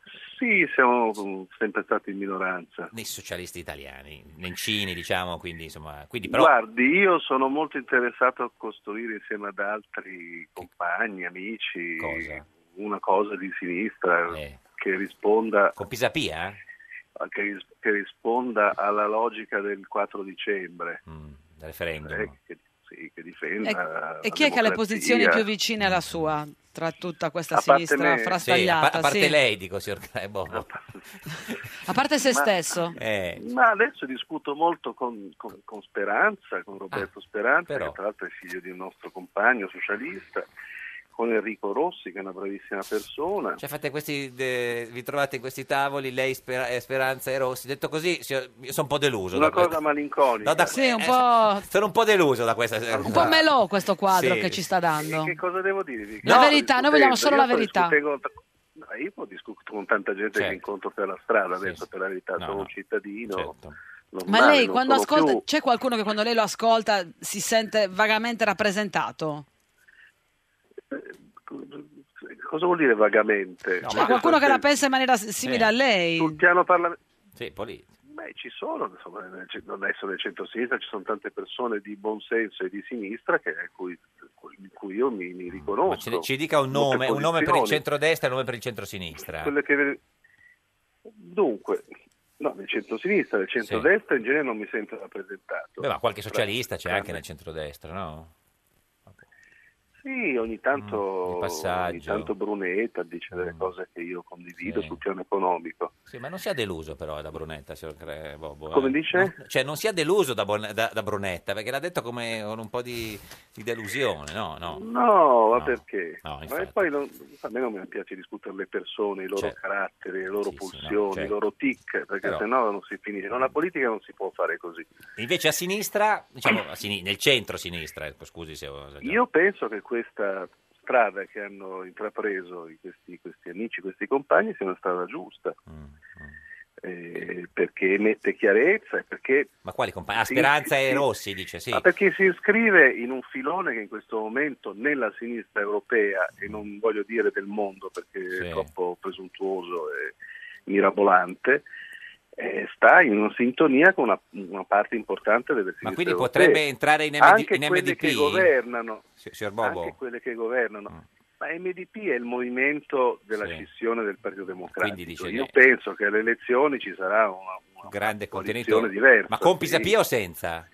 Sì, siamo mm, sempre stati in minoranza. Nei socialisti italiani, nencini, diciamo, quindi insomma, quindi però... Guardi, io sono molto interessato a costruire insieme ad altri compagni, amici, Cosa? una cosa di sinistra Eh. che risponda Con Pisapia? che, ris- che risponda alla logica del quattro dicembre. Mm, referendum. Eh, che, sì, che difenda E, la e chi è che ha le democrazia. posizioni più vicine alla sua tra tutta questa A parte sinistra me. Sì, a, frastagliata? pa- a parte sì. lei, dico, signor Craxi, boh. A parte se Ma- stesso. Eh, Ma adesso discuto molto con, con- con Speranza, con Roberto Speranza, però. che tra l'altro è figlio di un nostro compagno socialista, con Enrico Rossi, che è una bravissima persona. cioè fate questi, eh, vi trovate in questi tavoli, lei, Spera- eh, Speranza e Rossi. Detto così, signor- io sono un po' deluso. Una da questo. cosa malinconica. No, da- Sì, un eh, po', Sono un po' deluso da questa... un po' melò questo quadro Sì. che ci sta dando. Che cosa devo dire? La verità, noi vogliamo solo Io la sto verità. discutendo- no, io poi discuto con tanta gente Certo. che incontro per la strada, Sì, adesso sì. per la verità No, sono no. un cittadino. Certo. normale, Ma lei non quando sono ascolta, più- c'è qualcuno che quando lei lo ascolta si sente vagamente rappresentato? Cosa vuol dire vagamente? No, C'è ma- qualcuno che la pensa in maniera s- simile Sì. a lei? Sul piano parlamentare. Sì, politico. Beh, ci sono, insomma, nel ce- adesso nel centro-sinistra ci sono tante persone di buon senso e di sinistra che, a cui, in cui io mi, mi Ma riconosco. ce ne- ci dica un Molte nome, un nome per il posizioni. centrodestra e un nome per il centrosinistra. Quelle che- Dunque, no, nel centro-sinistra, nel centro-destra in genere non mi sento rappresentato. Beh, ma qualche Tra- socialista c'è tranne- anche nel centrodestra, no? Sì, ogni tanto, Mm, passaggio. ogni tanto Brunetta dice delle cose che io condivido Sì. sul piano economico. Sì, ma non sia deluso però da Brunetta, signor Cre- Bobo, eh. Come dice? Non- cioè non sia deluso da, Bon- da- da Brunetta, perché l'ha detto come con un po' di, di delusione, no? No, No, ma No. perché? No, ma infatti. e poi non- a me non mi piace discutere le persone, i loro Certo. caratteri, le loro Sì, sì, no, pulsioni, certo. i loro tic, perché Però- sennò non si finisce. Nella politica non si può fare così. Invece a sinistra, diciamo a sini- nel centro-sinistra, ecco, scusi se ho esagerato. Io penso che questa strada che hanno intrapreso i- questi, questi amici, questi compagni sia una strada giusta. Eh, perché mette chiarezza e perché Ma quali compagni? Ah, Sì, Speranza sì, e sì. Rossi, dice, sì. Ma perché si iscrive in un filone che in questo momento nella sinistra europea, e non voglio dire del mondo perché è troppo presuntuoso e mirabolante, eh, sta in una sintonia con una, una parte importante delle sinistre Ma quindi europee. potrebbe entrare in M D- anche in quelle M D P? che governano, Sì, signor Bobo? anche quelle che governano. Ma M D P è il movimento della Sì. scissione del Partito Democratico. Quindi dice Io lei- penso che alle elezioni ci sarà una, una Grande coalizione contenuto. diversa. Ma con sì. Pisapia o senza?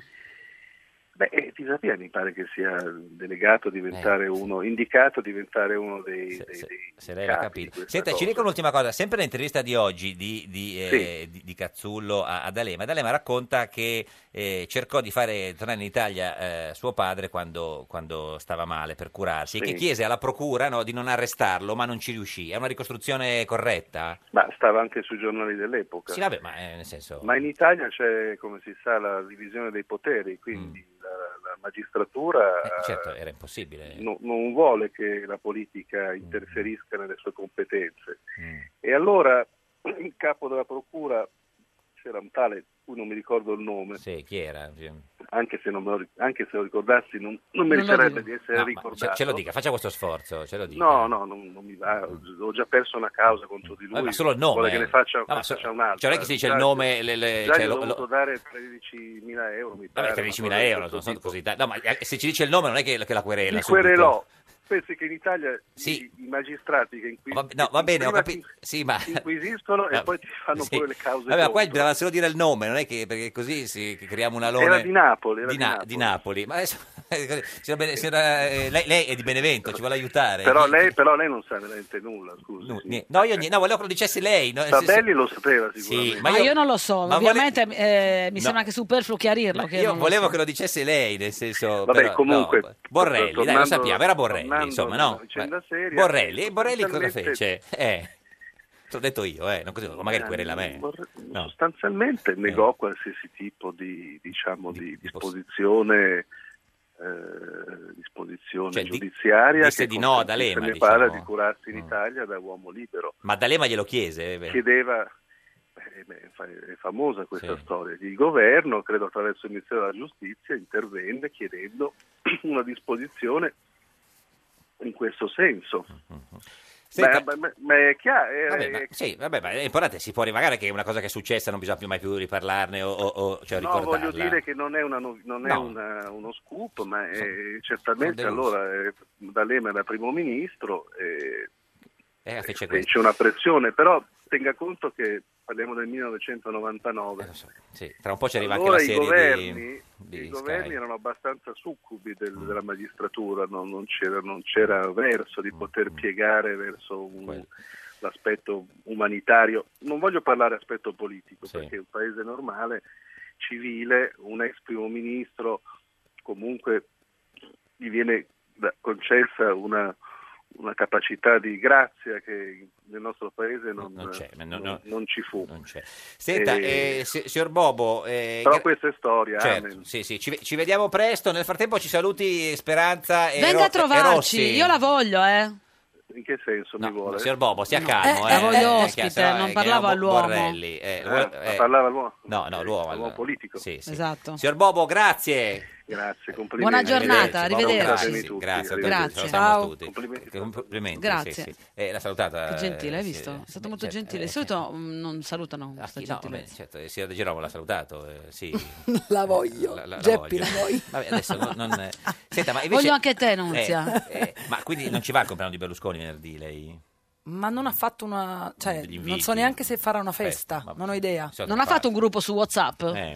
Beh, eh, Pisapia mi pare che sia delegato a diventare uno, indicato a diventare uno dei, dei, dei Se lei l'ha capi capito. di questa Senta, ci cosa. dica un'ultima cosa. Sempre nell'intervista di oggi di, di, eh, Sì. di- di Cazzullo a, a D'Alema, D'Alema racconta che eh, cercò di fare tornare in Italia eh, suo padre quando, quando stava male per curarsi e Sì. che chiese alla procura, no, di non arrestarlo, ma non ci riuscì. È una ricostruzione corretta? Ma stava anche sui giornali dell'epoca. Sì, vabbè, ma eh, nel senso... Ma in Italia c'è, come si sa, la divisione dei poteri, quindi la, la magistratura Mm. Eh, certo, era impossibile. no- non vuole che la politica interferisca nelle sue competenze. Mm. E allora il capo della procura c'era un tale, cui non mi ricordo il nome, Sì, chi era? anche se, non me lo, ric- anche se lo ricordassi non, non Non lo meriterebbe dico. di essere No, ma ricordato. ce, ce lo dica, faccia questo sforzo, ce lo dica. No, no, non, non mi va, ho già perso una causa contro di lui. Vabbè, ma solo il nome, Vuole che eh. ne faccia, No, ma ne so- faccia un'altra. cioè non è che si dice il Già- nome, le- le- già cioè, gli ho lo- dovuto lo- dare tredicimila euro, mi pare. Vabbè, tredicimila una cosa di euro, non questo sono tipo. così tanti. No, ma eh, se ci dice il nome non è che, che la querela. Mi subito. querelò. Pensi che in Italia i, i magistrati che inquis- Va, no, va bene, ho prima capito. Sì, ma... ti inquisiscono e Ma- poi ti fanno sì. pure le cause Vabbè, ma qua contro. doveva solo dire il nome, non è che perché così si, che creiamo una lone. Era di Napoli, era di, di Na- Napoli. di Napoli. Ma adesso, signora Bene- signora, eh, lei, lei è di Benevento, ci vuole aiutare. Però Chi- lei, però lei non sa veramente nulla, scusi. No, niente. No, io niente, no, volevo che lo dicesse lei. No, nel senso- Sabelli lo sapeva Sì, sicuramente. ma Ma io, io, non lo so, ma ovviamente eh, mi No. sembra anche superfluo chiarirlo. Che io non lo volevo so. che lo dicesse lei, nel senso... Vabbè, però, comunque, no, Borrelli, dai, lo tornando- sappiamo, era Borrelli, tornando insomma, alla no? vicenda Beh, seria, Borrelli, e Borrelli cosa sostanzialmente- fece? Eh, te l'ho detto io, eh, non così, magari Eh, querela me. vorrei- No. Sostanzialmente negò qualsiasi tipo di, diciamo, di disposizione, eh, disposizione Cioè, di- giudiziaria disse che di no ad consentisse, D'Alema, mi pare, diciamo. di curarsi in Italia da uomo libero. Ma D'Alema glielo chiese? eh, Chiedeva, eh, beh, fa- è famosa questa Sì. storia, il governo, credo attraverso il Ministero della Giustizia, intervenne chiedendo una disposizione in questo senso. Senta- Ma, ma- ma è chiaro, è- Vabbè, ma, sì, vabbè, ma è importante, si può magari che è una cosa che è successa, non bisogna più mai più riparlarne o, o- o, cioè, no, ricordarla. voglio dire che non è, una no- non è No. una- uno scoop, ma è, certamente sono deluso. allora eh, D'Alema era primo ministro e Eh, fece fece questo. una pressione, però tenga conto che parliamo del millenovecentonovantanove. Sì, tra un po' ci arriva Allora anche la i serie governi, di, di i Sky. governi erano abbastanza succubi del- della magistratura, non, non c'era, non c'era verso di poter piegare verso un- l'aspetto umanitario. Non voglio parlare aspetto politico, perché un paese normale, civile, un ex primo ministro, comunque gli viene da- concessa una, una capacità di grazia che nel nostro paese non, Non c'è, ma no- non- no- non ci fu. Senta, Eh, eh, si- signor Bobo... eh, però gra- questa è storia, certo, amen. sì, sì, ci, ci vediamo presto. Nel frattempo ci saluti Speranza e, Venga Ro- a e trovarci, Rossi. io la voglio, eh. In che senso mi vuole? Signor Bobo, stia No. calmo. Eh, Eh, la voglio eh, ospite, che- no, non eh, parlavo che- all'uomo. Borrelli, eh, Ah, vuole- ma eh, parlava all'uomo? No, no, l'uomo. L'uomo allora. politico. Sì, sì. Esatto. Signor Bobo, grazie. Grazie, complimenti. Buona giornata, Arrivederci, Bobo, arrivederci. Grazie, sì, grazie, Grazie. lo Ciao. siamo tutti. Complimenti. Grazie. Sì, sì. Eh, l'ha salutata. Che gentile, hai eh, visto? sì. È stato molto Certo, gentile. eh, Di solito mm, non salutano questa chi no, vabbè, gentilezza. certo, il signor De Girolamo l'ha salutato, eh, sì. La voglio. La- la- la Geppi, voglio. la vuoi? Vabbè, adesso non... non- eh. Senta, ma invece... Voglio anche te, Nunzia. Eh, eh, ma quindi non ci va al compleanno di Berlusconi venerdì, lei? Ma non ha fatto una... cioè, Degli non inviti. so neanche se farà una festa, Festa, ma- non ho idea. So Non che ha fatto un gruppo su WhatsApp? Eh.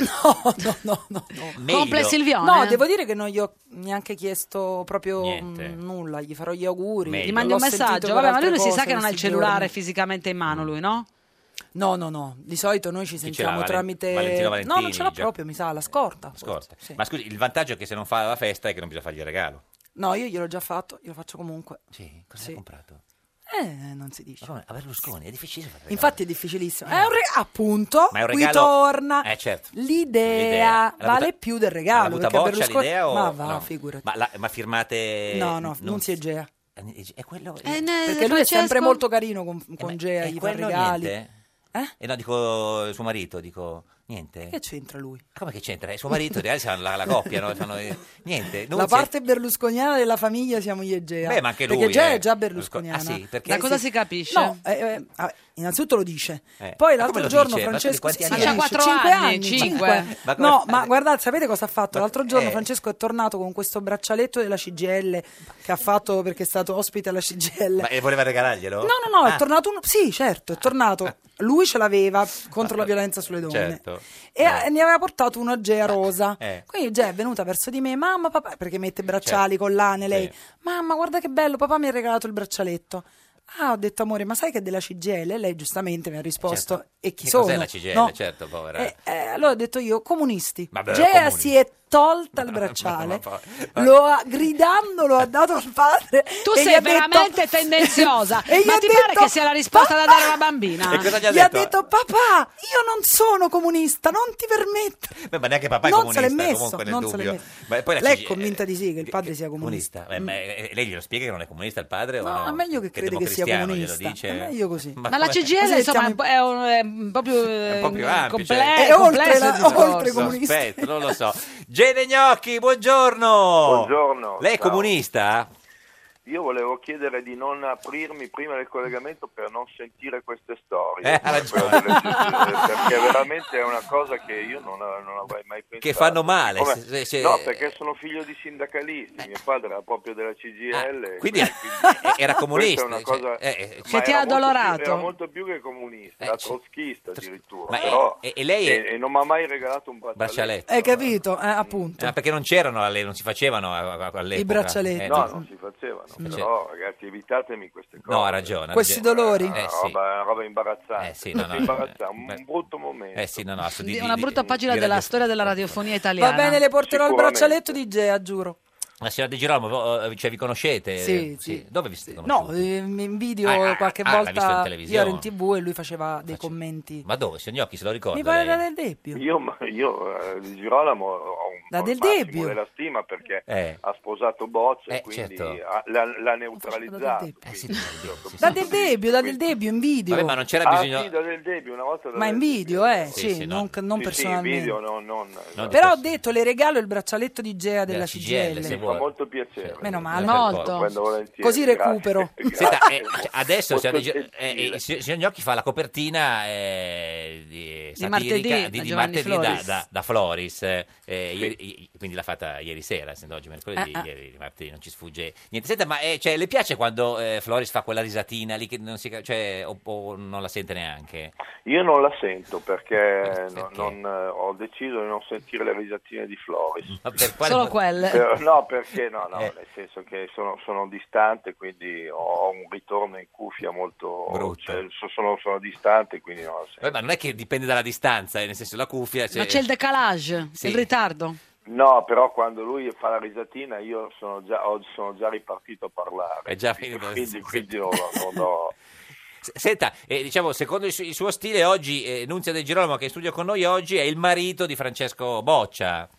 Meglio. Comple Silvione? No, devo dire che non gli ho neanche chiesto proprio Niente. mm, nulla, gli farò gli auguri. Meglio. Gli mandi L'ho un messaggio? sentito Vabbè, per ma lui altre si sa cose che non ha il questi cellulare giorni. fisicamente in mano, lui, no? No, no, no, di solito noi ci Chi ce sentiamo l'ha, Valen- tramite... Valentino Valentini, no, non ce l'ha già- proprio, mi sa, la scorta. Scorta. Sì. Ma scusi, il vantaggio è che se non fa la festa è che non bisogna fargli il regalo. No, io gliel'ho già fatto, glielo faccio comunque. Sì, cosa Sì. hai comprato? Eh, non si dice. Ma come? A Berlusconi è difficile fare il regalo. Infatti è difficilissimo. È un regalo, appunto, Ma è un qui regalo- torna. Eh, certo. L'idea, L'idea. L'ha vale avuta- più del L'ha regalo. avuta perché a boccia Berlusconi... l'idea o... Ma va, no. figurati. Ma, la- ma firmate... No, no, non si è Gea. È quello... Eh, ne- Perché lui è Francesco? sempre molto carino con, con ma- Gea, e gli fa quello regali. niente? Eh? E no, dico suo marito, dico... Niente? Che c'entra lui? Come che c'entra? È suo marito, in realtà sono la, la coppia, no? Sono, eh, niente. La Nunzia- parte berlusconiana della famiglia siamo io e Gea. Beh, ma anche lui, Perché Gea eh. è già berlusconiana. Ah, sì? Perché- Da cosa si capisce? No, eh, eh, vabbè, innanzitutto lo dice. Eh. Poi Ma come l'altro lo giorno dice? Ma Francesco quanti sì, anni sì, ha? dice, quattro cinque anni, cinque. cinque. Ma come- No, ma guardate, sapete cosa ha fatto? L'altro giorno eh. Francesco è tornato con questo braccialetto della C G I L che ha fatto perché è stato ospite alla C G I L. Ma e voleva regalarglielo? No, no, no, Ah, è tornato uno... Sì, certo, è tornato. Lui ce l'aveva contro la violenza sulle donne. Certo. E eh, ne aveva portato uno a Gea rosa. Eh. Quindi Gea è venuta verso di me, mamma, papà, perché mette bracciali, collane, lei. Sì. Mamma, guarda che bello, papà mi ha regalato il braccialetto. Ah, ho detto amore, ma sai che è della C G I L? E lei giustamente mi ha risposto, Certo. e chi Che sono? cos'è la C G I L? No. Certo, povera. Eh, eh, allora ho detto io, comunisti. Vabbè, Gea comunisti. si è tolta il bracciale, Ma- ma- lo ha, gridando lo ha dato al padre. Tu e gli sei ha detto- veramente tendenziosa. E gli Ma ha ti detto, pare che sia la risposta da dare a una bambina? E cosa gli ha Gli ha detto? detto, papà, io non sono comunista, non ti permetto. Beh, ma neanche papà è Non se comunista, l'è messo, comunque nel non se l'è dubbio. messo. Ma poi la Lei C G I L è convinta di sì, che il padre sia comunista. Beh, ma, eh, lei glielo spiega che non è comunista il padre? No, o no? è meglio che crede che sia democristiano, comunista. glielo dice? È meglio così. Ma la come- C G I L Così insomma è mettiamo- un po', è un, è un po' più, È un po' più ampio, comple- cioè- È oltre complesso la- il discorso. oltre comunista. Aspetta, non lo so. Gene Gnocchi, buongiorno. Buongiorno. Lei è Ciao. comunista? Io volevo chiedere di non aprirmi prima del collegamento per non sentire queste storie. Eh, ha ragione. Quella delle C G I L, perché veramente è una cosa che io non, non avrei mai pensato. Che fanno male. Come- se- se- se- No, perché sono figlio di sindacalisti, mio padre era proprio della C G I L. Ah, quindi era comunista, Questa è una cioè, cosa... eh, eh, ma Se ti era ha molto addolorato. più- Era molto più che comunista, era Eh, c- trotschista addirittura. Ma- però, e- e lei è- e, e non mi ha mai regalato un braccialetto. Braccialetto. Hai capito? Eh, appunto. Ah, perché non c'erano, alle- non si facevano a- a- all'epoca. I braccialetti. Eh, No, tu- non si facevano, faceva. però ragazzi evitatemi queste cose. No, ha ragione. ha Questi ragione. dolori? Eh, Una sì. roba, una roba imbarazzante, Eh, sì, no, no, imbarazzante, eh, un beh. brutto momento. Eh sì, no, no, ass- di- Di- di- una di- brutta pagina di della radio- storia della radiofonia italiana. Va bene, le porterò il Sicuramente. braccialetto di Gea, giuro. La signora Di Girolamo, eh, cioè, vi conoscete? Sì, sì. Dove vi siete No, conosciuti? eh, in video Ah, ah, qualche ah, l'ha visto in volta televisione. io ero in tv e lui faceva dei commenti. Ma dove? Signor Gnocchi, se lo ricorda Mi pare lei? da Del Debbio. Io, ma- io eh, di Girolamo ho un Da ho Del il massimo Debbio. della stima perché Eh. ha sposato Bozza Eh, e quindi certo. ha- l'ha, l'ha neutralizzato. Del Eh, sì, quindi- sì, sì, Da sì. Del Debbio, da Del Debbio, in video. Vabbè, ma non c'era Ah bisogno... sì, da Del Debbio, una volta da Ma in Del video, eh, Sì, sì, sì, non, no. non Sì, sì, in personalmente. video, no, non... Non- Però ho detto, le regalo il braccialetto di Gea della, Della C C G G L, I L. se Mi fa vuole. molto piacere. Meno male. Eh, Molto. Lo prendo volentieri, Così grazie. recupero. Senta, Grazie. eh, cioè, adesso Molto signor Di- gentile. eh, il signor signor Gnocchi fa la copertina eh, di, satirica martedì, di, da di Giovanni martedì da, Floris. da, da Floris, eh, eh, ieri- quindi l'ha fatta ieri sera, essendo oggi mercoledì, Ah, ah. ieri martedì non ci sfugge niente. Senta, ma eh, cioè, le piace quando eh, Floris fa quella risatina lì che non si ca- cioè, o, o non la sente neanche? Io non la sento perché, Perché? no- non, eh, ho deciso di non sentire le risatine di Floris. Ma per quale Solo mo- quelle. Per- no, perché no, no, Eh. nel senso che sono, sono distante, quindi ho un ritorno in cuffia molto Brutto. cioè, so- sono, sono distante, quindi non la sento. Beh, ma non è che dipende dalla distanza, eh, nel senso la cuffia... cioè- Ma c'è il decalage, Sì. il ritardo. No, però quando lui fa la risatina io sono già, ho- sono già ripartito a parlare. È già finito. Quindi, quindi non, non ho... S- Senta, eh, diciamo, secondo il, su- il suo stile oggi, eh, Nunzia De Girolamo che è in studio con noi oggi è il marito di Francesco Boccia.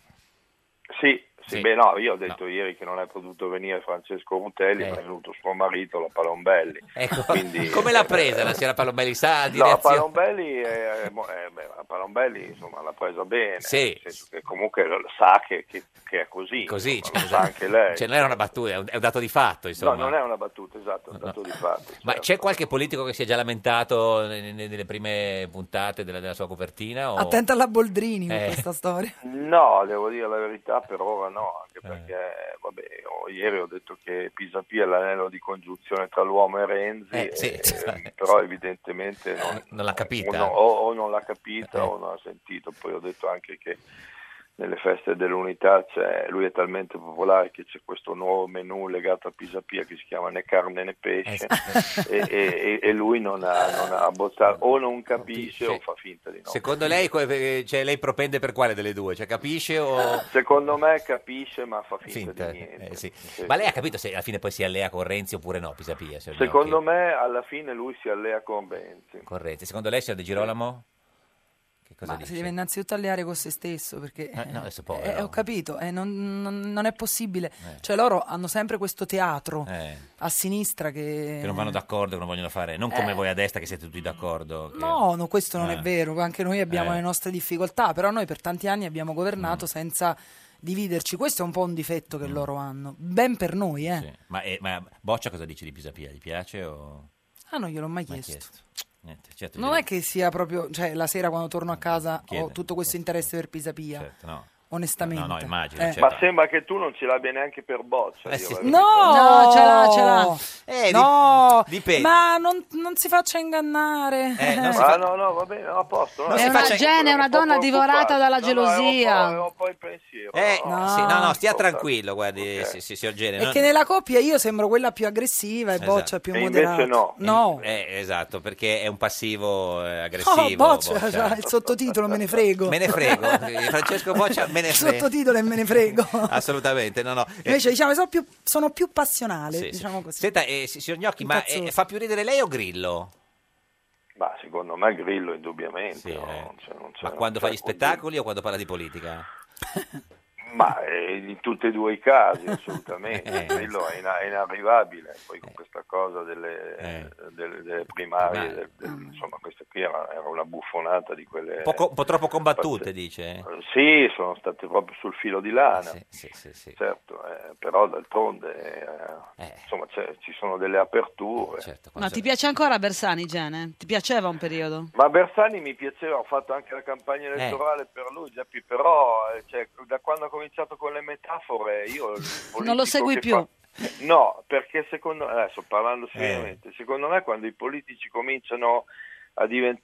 Sì, sì, Sì. beh no, io ho detto ieri che non è potuto venire Francesco Rutelli, Eh. ma è venuto suo marito, la Palombelli. Ecco, Quindi- come l'ha presa la signora Palombelli? Sa di No, la reazione? Palombelli, è- è- è- beh, la Palombelli insomma l'ha presa bene, Sì. nel senso che comunque sa che, che- che è così, Così, insomma, cioè, lo sa anche lei. cioè, non era una battuta, è un, è un dato di fatto, insomma. No, non è una battuta, esatto, è un dato di fatto. Ma certo. c'è qualche politico che si è già lamentato ne- ne- nelle prime puntate della, della sua copertina? O... Attenta alla Boldrini con Eh. questa storia. No, devo dire la verità, per ora no. no, anche perché vabbè, io ieri ho detto che Pisapia è l'anello di congiunzione tra l'uomo e Renzi, Eh, sì, e- sì. però evidentemente non, Non l'ha capita. o, no- o- o non l'ha capita Eh. o non ha sentito. Poi ho detto anche che nelle feste dell'unità c'è, lui è talmente popolare che c'è questo nuovo menù legato a Pisapia che si chiama né carne né pesce e, e- e lui non ha, non ha abbozzato, o non capisce o fa finta di no. Secondo lei, que- cioè, lei propende per quale delle due? Cioè, capisce o... Secondo me capisce ma fa finta, Finta, di niente. eh, sì. Sì. Ma lei ha capito se alla fine poi si allea con Renzi oppure no, Pisapia? signor Secondo Gnocchi? me alla fine lui si allea con Renzi. Con Renzi. Secondo lei, signor De Girolamo? Che cosa Ma dice? si deve innanzitutto alleare con se stesso perché Eh, no, adesso poi, eh, no. ho capito, eh, non, non- non è possibile. Cioè loro hanno sempre questo teatro Eh, a sinistra che... che non vanno d'accordo, che non vogliono fare, non come Eh. voi a destra che siete tutti d'accordo. che- No, no, questo non Eh. è vero, anche noi abbiamo Eh. le nostre difficoltà, però noi per tanti anni abbiamo governato Mm. senza dividerci, questo è un po' un difetto che loro hanno, ben per noi, eh. Sì. Ma, eh, ma Boccia cosa dice di Pisapia? Gli piace o... Ah, non gliel'ho mai Mai chiesto. Niente, certo, Non gli- è che sia proprio, cioè la sera quando torno a casa Chiede. ho tutto questo interesse per Pisapia, certo, no. onestamente. No, no, immagino, Eh. certo. Ma sembra che tu non ce l'abbia neanche per Boccia. Eh, io sì. la No, No, ce l'ha, ce l'ha. Eh, no, dip- dipende. ma non, non si faccia ingannare. Eh, non si Ah, fa- no, no, va bene, no, a posto. no. È una gene, è una donna divorata dalla gelosia. Avevo poi il pensiero. Eh, no. sì, no, no, stia tranquillo, guardi, sì, sì, signor Gene. E non- che nella coppia io sembro quella più aggressiva e Esatto. Boccia più E invece moderata. no. No. Eh, esatto, perché è un passivo eh, aggressivo. Oh, Boccia, Boccia. c'ha il sottotitolo, me ne frego. Me ne frego, eh, Francesco Boccia me ne Il frego. sottotitolo e me ne frego. Assolutamente, no, no. Eh, Invece diciamo sono più, sono più passionale, sì, sì. diciamo così. Senta, eh, si- signor Gnocchi, ma Incazzoso. eh, fa più ridere lei o Grillo? Ma secondo me Grillo indubbiamente. Sì, no, eh. non c'è- non c'è- Ma non quando c'è fa gli alcun spettacoli o quando parla di politica? Ma eh, in tutti e due i casi, assolutamente. Eh. Quello è, ina- è inarrivabile. Poi con questa cosa delle, Eh. delle- delle primarie, Ma- del- del- insomma, questa qui era, era una buffonata di quelle. Un po', co- un po' troppo combattute, dice? Sì, sono state proprio sul filo di lana. Sì, sì, sì, sì. Certo, eh, però d'altronde eh, insomma, c'è- ci sono delle aperture. Certo, Ma ti piace ancora Bersani, Gene? Ti piaceva un periodo? Ma Bersani mi piaceva, ho fatto anche la campagna elettorale per lui, Geppi, però eh, cioè, da quando ha cominciato con le metafore io... il Non lo politico segui che più. fa- No, perché secondo me, adesso parlando seriamente, secondo me quando i politici cominciano a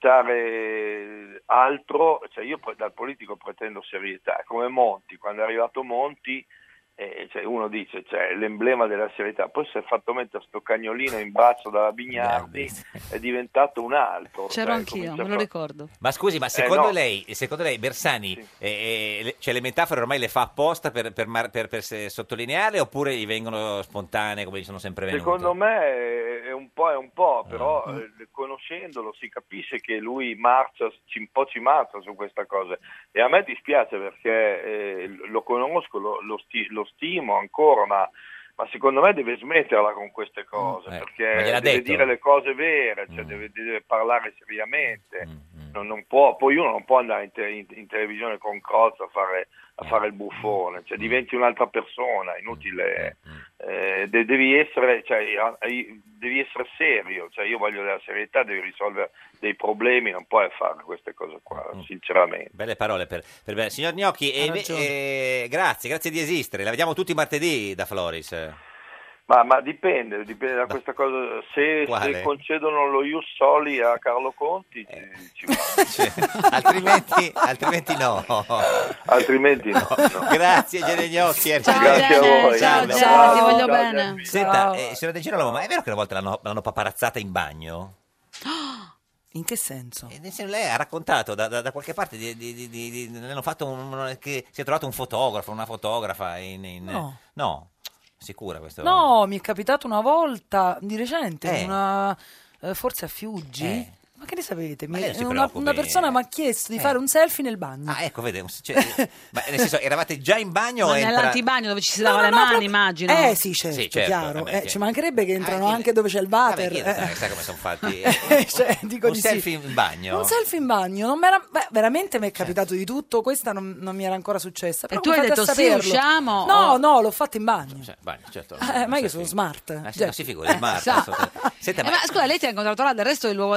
diventare altro, cioè io poi dal politico pretendo serietà, come Monti, quando è arrivato Monti, eh, cioè uno dice, cioè, l'emblema della serietà, poi si è fatto mettere sto cagnolino in braccio dalla Bignardi, è diventato un altro. C'ero cioè, anch'io, comincia me a lo fa- ricordo. Ma scusi, ma secondo, no. lei, secondo lei Bersani eh, eh, le- cioè, le metafore ormai le fa apposta per, per mar- per- per se- sottolineare oppure gli vengono spontanee come gli sono sempre venute? Secondo me è- è un po' è un po', però Ah. eh, conoscendolo si capisce che lui marcia, ci- un po' ci marcia su questa cosa e a me dispiace perché eh, lo conosco, lo, lo sti- lo stimo ancora, ma, ma secondo me deve smetterla con queste cose Mm, eh, perché ma gliel'ha deve detto? dire le cose vere, cioè deve, deve parlare seriamente, Mm, non, non può, poi uno non può andare in, te- in- in televisione con Crozza a fare, a fare il buffone, cioè diventi un'altra persona, inutile, eh, de- devi essere, cioè, a- ai- devi essere serio, cioè io voglio della serietà, devi risolvere dei problemi, non puoi fare queste cose qua, sinceramente. Belle parole per, per bene. Signor Gnocchi, Ha e- ragione. e- grazie, grazie di esistere. La vediamo tutti martedì da Floris. Ma, ma dipende, dipende da questa cosa, se, Quale? se concedono lo ius soli a Carlo Conti ci, ci va. Cioè, altrimenti, altrimenti no. Altrimenti no. no. Grazie Gene Gnocchi. Ciao, Grazie a Gene, voi. ciao, Ciao, ciao, ti voglio ciao, bene. Geppi. Senta, Ciao. eh, signora De Girolamo, ma è vero che una volta l'hanno, l'hanno paparazzata in bagno? In che senso? Eh, nel senso, lei ha raccontato da, da- da qualche parte di, di- di- di- di- le hanno fatto un- che si è trovato un fotografo, una fotografa in, in- No. no, sicura questo? No, mi è capitato una volta di recente, Eh. una, eh, forse a Fiuggi. Eh. Ma che ne sapete? Mi- lei non si una, preoccupi. una persona mi ha chiesto di Eh. fare un selfie nel bagno. Ah, ecco, vede, un- cioè, ma nel senso, eravate già in bagno Ma o entra... nell'antibagno dove ci si No, lava no, le no, mani, proprio- immagino. Eh sì, certo, Sì, certo, chiaro. vabbè, Eh, chi- ci mancherebbe che entrano chi- anche dove c'è il water. Vabbè, chi lo sa, eh. sai come sono fatti? Cioè, dico un di sì. selfie in bagno? Un selfie in bagno, non m'era- beh, veramente mi è capitato di tutto, questa non, non mi era ancora successa. Però tu come hai fate a detto, sì, saperlo? usciamo, No, o- no, l'ho fatto in bagno. Cioè, bagno, certo. Eh, ma io Selfie. sono smart. Ah, sì, Cioè- no, si figuri, smart. Sa. assolutamente. Senta, Eh, ma scusa, lei ti ha incontrato là, del resto il, luogo- il bagno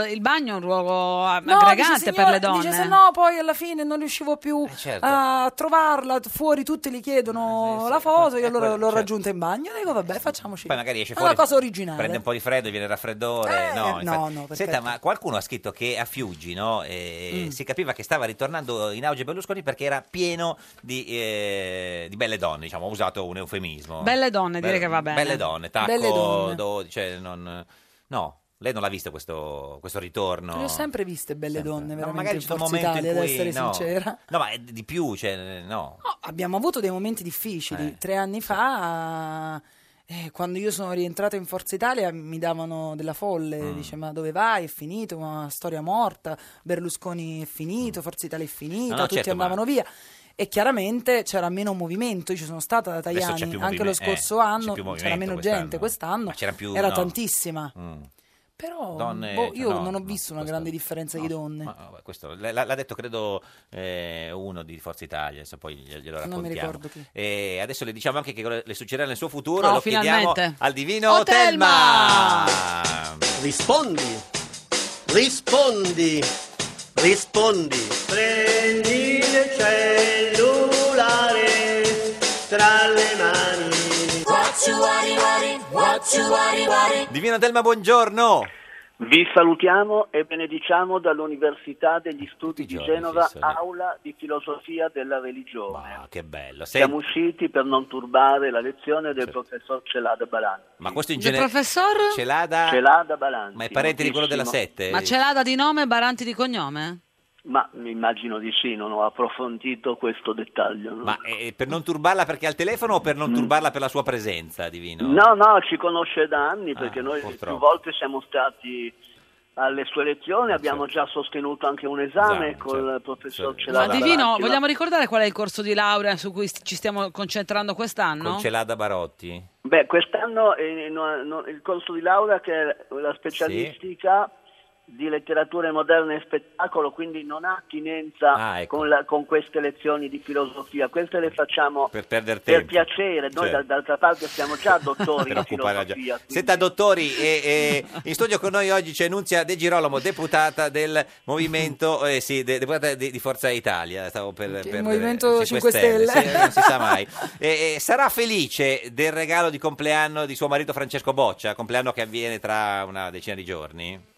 bagno è un luogo ah, No, aggregante dice, per le signora- donne. Dice se no poi alla fine non riuscivo più certo. a trovarla, fuori tutti gli chiedono la foto, io allora quello, l'ho certo. raggiunta in bagno, dico vabbè facciamoci. Poi magari esce È fuori, una cosa originale. prende un po' di freddo, viene il raffreddore. Eh, no, no, infatti. no, per Senta, carità. ma qualcuno ha scritto che a Fiuggi, no, eh, Mm. si capiva che stava ritornando in auge Berlusconi perché era pieno di, eh, di belle donne, diciamo, ho usato un eufemismo. Belle donne, direi che va bene. Belle donne, tacco, Belle donne. do- cioè, non, no, lei non l'ha visto questo, questo ritorno? Le ho sempre viste belle donne, No, veramente, magari in ci sono Forza momenti in Italia, ad cui essere no. sincera. No, ma è di più, cioè, no. No, abbiamo avuto dei momenti difficili. Eh. Tre anni fa, eh, quando io sono rientrata in Forza Italia, mi davano della folle. Mm. Dice, ma dove vai? È finito, una storia morta. Berlusconi è finito, Forza Italia è finita, No, no, tutti certo, ma- andavano via. E chiaramente c'era meno movimento. Io ci sono stata da Adesso c'è Tajani più anche lo movime- eh, scorso c'è anno, più c'era movimento meno quest'anno. gente. Quest'anno Ma c'era più, era no. tantissima. Mm. Però Donne- boh, io no, non ho no, visto una questo- grande differenza di donne. Ma, vabbè, questo l- l'ha, l'ha detto credo eh, uno di Forza Italia, adesso poi glielo glielo Non mi raccontiamo. ricordo chi. E adesso le diciamo anche che cosa le succederà nel suo futuro, Oh, lo chiediamo finalmente. al divino Oh, Telma! Telma! Rispondi, rispondi, rispondi. Prendi il cellulare tra le mani. Divino Telma, buongiorno! Vi salutiamo e benediciamo dall'Università degli Studi di giorni, Genova, sì, sono- aula di filosofia della religione. Ah, che bello. Se- Siamo usciti per non turbare la lezione del professor Celada Balanzi. Ma questo in Il genere... professor? Celada... Celada Balanzi. Ma è parente di quello della notissimo. sette? Ma c'è l'Ada di nome e Baranti di cognome? Ma immagino di sì, non ho approfondito questo dettaglio. No, Ma eh, per non turbarla perché è al telefono o per non turbarla per la sua presenza, Divino? no, no, ci conosce da anni perché Ah, noi purtroppo. più volte siamo stati alle sue lezioni, abbiamo già sostenuto anche un esame Esame, col certo. professor Sì. Celada Ma Divino, Balanzi. vogliamo ricordare qual è il corso di laurea su cui st- ci stiamo concentrando quest'anno? Con Celada Barotti? Beh, quest'anno eh, no- no- il corso di laurea che è la specialistica di letteratura moderna e spettacolo, quindi non ha attinenza Ah, ecco. con, la- con queste lezioni di filosofia. Queste le facciamo Per perdere per tempo. piacere, noi Certo. da- d'altra parte siamo già dottori Per in occupare la filosofia. già- Senta, dottori, e, e, in studio con noi oggi c'è Nunzia De Girolamo, deputata del movimento, eh, sì, de- deputata di, di Forza Italia. Stavo per, Sì, per- Movimento eh, cinque Stelle. sì, non si sa mai. E, e sarà felice del regalo di compleanno di suo marito Francesco Boccia, compleanno che avviene tra una decina di giorni?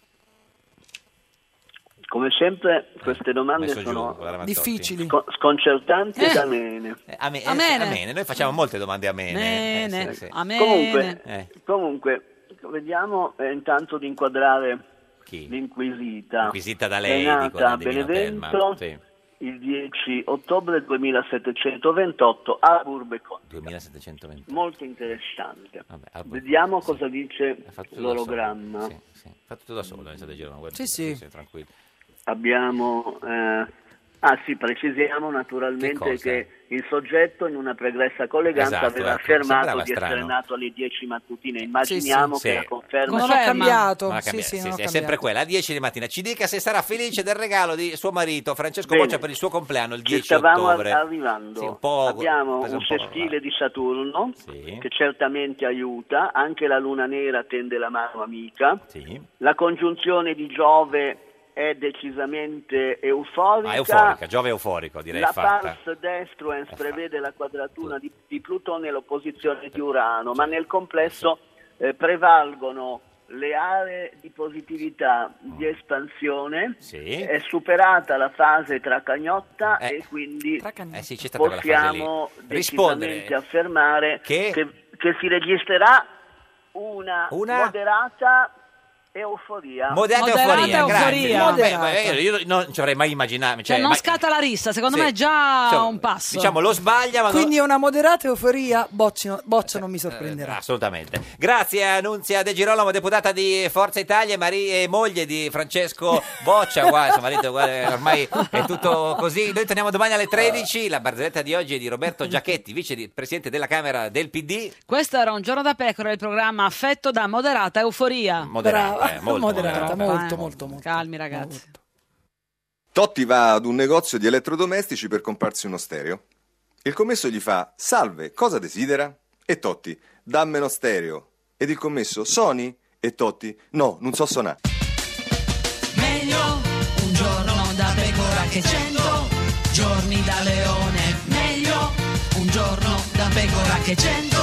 Come sempre queste domande messo giù, sono guarda, Mazzotti. difficili. sco- sconcertanti Eh. ed amene. Eh, ame- eh, Amene. amene. Noi facciamo molte domande amene. Mene, Eh, sì, sì. amene. Comunque, Eh, comunque, vediamo eh, intanto di inquadrare chi? l'inquisita. Inquisita da È lei, nata dico, da a Divino Benevento Telma. Sì. il dieci ottobre duemilasettecentoventotto a Burbe Conti. duemilasettecentoventi. Molto interessante. Vabbè, a Burbe Vediamo Conti, cosa dice Ha fatto tutto da l'ologramma. solo. Sì, sì. Fa tutto da solo, eh, De Girolamo, guarda. Sì, sì. tranquillo. Abbiamo... eh, ah sì, precisiamo Che naturalmente cosa? che il soggetto in una pregressa colleganza Esatto, aveva ecco, affermato sembrava di essere strano. nato alle dieci mattutine. Immaginiamo Sì, che sì. la conferma Non ho cambiato. Non ha Sì, cambiato, sì, sì, non ho sì, è cambiato. sempre quella, a dieci di mattina. Ci dica se sarà felice del regalo di suo marito Francesco Bene. Boccia per il suo compleanno il Ci dieci stavamo ottobre. arrivando. Sì, un po', Abbiamo presa un po' sestile di Saturno Sì. che certamente aiuta, anche la luna nera tende la mano amica, Sì. la congiunzione di Giove è decisamente euforica, Ah, euforica, Giove euforico, direi la fatta. pars destruens prevede la quadratura di, di Plutone e l'opposizione di Urano, ma nel complesso eh, prevalgono le aree di positività, di espansione, Sì. è superata la fase tracagnotta Eh. e quindi Eh sì, c'è stata quella fase possiamo lì. decisamente Rispondere. affermare Che? che, che si registrerà una, Una? moderata euforia. Moderata Moderata euforia, euforia. grazie. Beh, Moderata. beh, io non ci avrei mai immaginato. Cioè, Cioè, non ma- scatta la rissa, secondo sì. me è già Insomma, un passo. Diciamo, lo sbaglia, ma non- Quindi è una moderata euforia, Boccia, Boccia non mi sorprenderà. Eh, assolutamente. Grazie a Nunzia De Girolamo, deputata di Forza Italia e, mari- e moglie di Francesco Boccia. Guarda, suo marito, guarda, ormai è tutto così. Noi torniamo domani alle tredici. La barzelletta di oggi è di Roberto Giachetti, vice di- presidente della Camera del P D. Questo era Un giorno da pecora, il programma affetto da moderata euforia. Moderata, Brava, eh, molto moderata, moderata. molto, Eh, molto, molto. Calmi ragazzi. Totti va ad un negozio di elettrodomestici per comprarsi uno stereo. Il commesso gli fa: salve, cosa desidera? E Totti: dammi uno stereo. Ed il commesso: Sony? E Totti: no, non so suonare. meglio un giorno da pecora che cento giorni da leone. Meglio un giorno da pecora che cento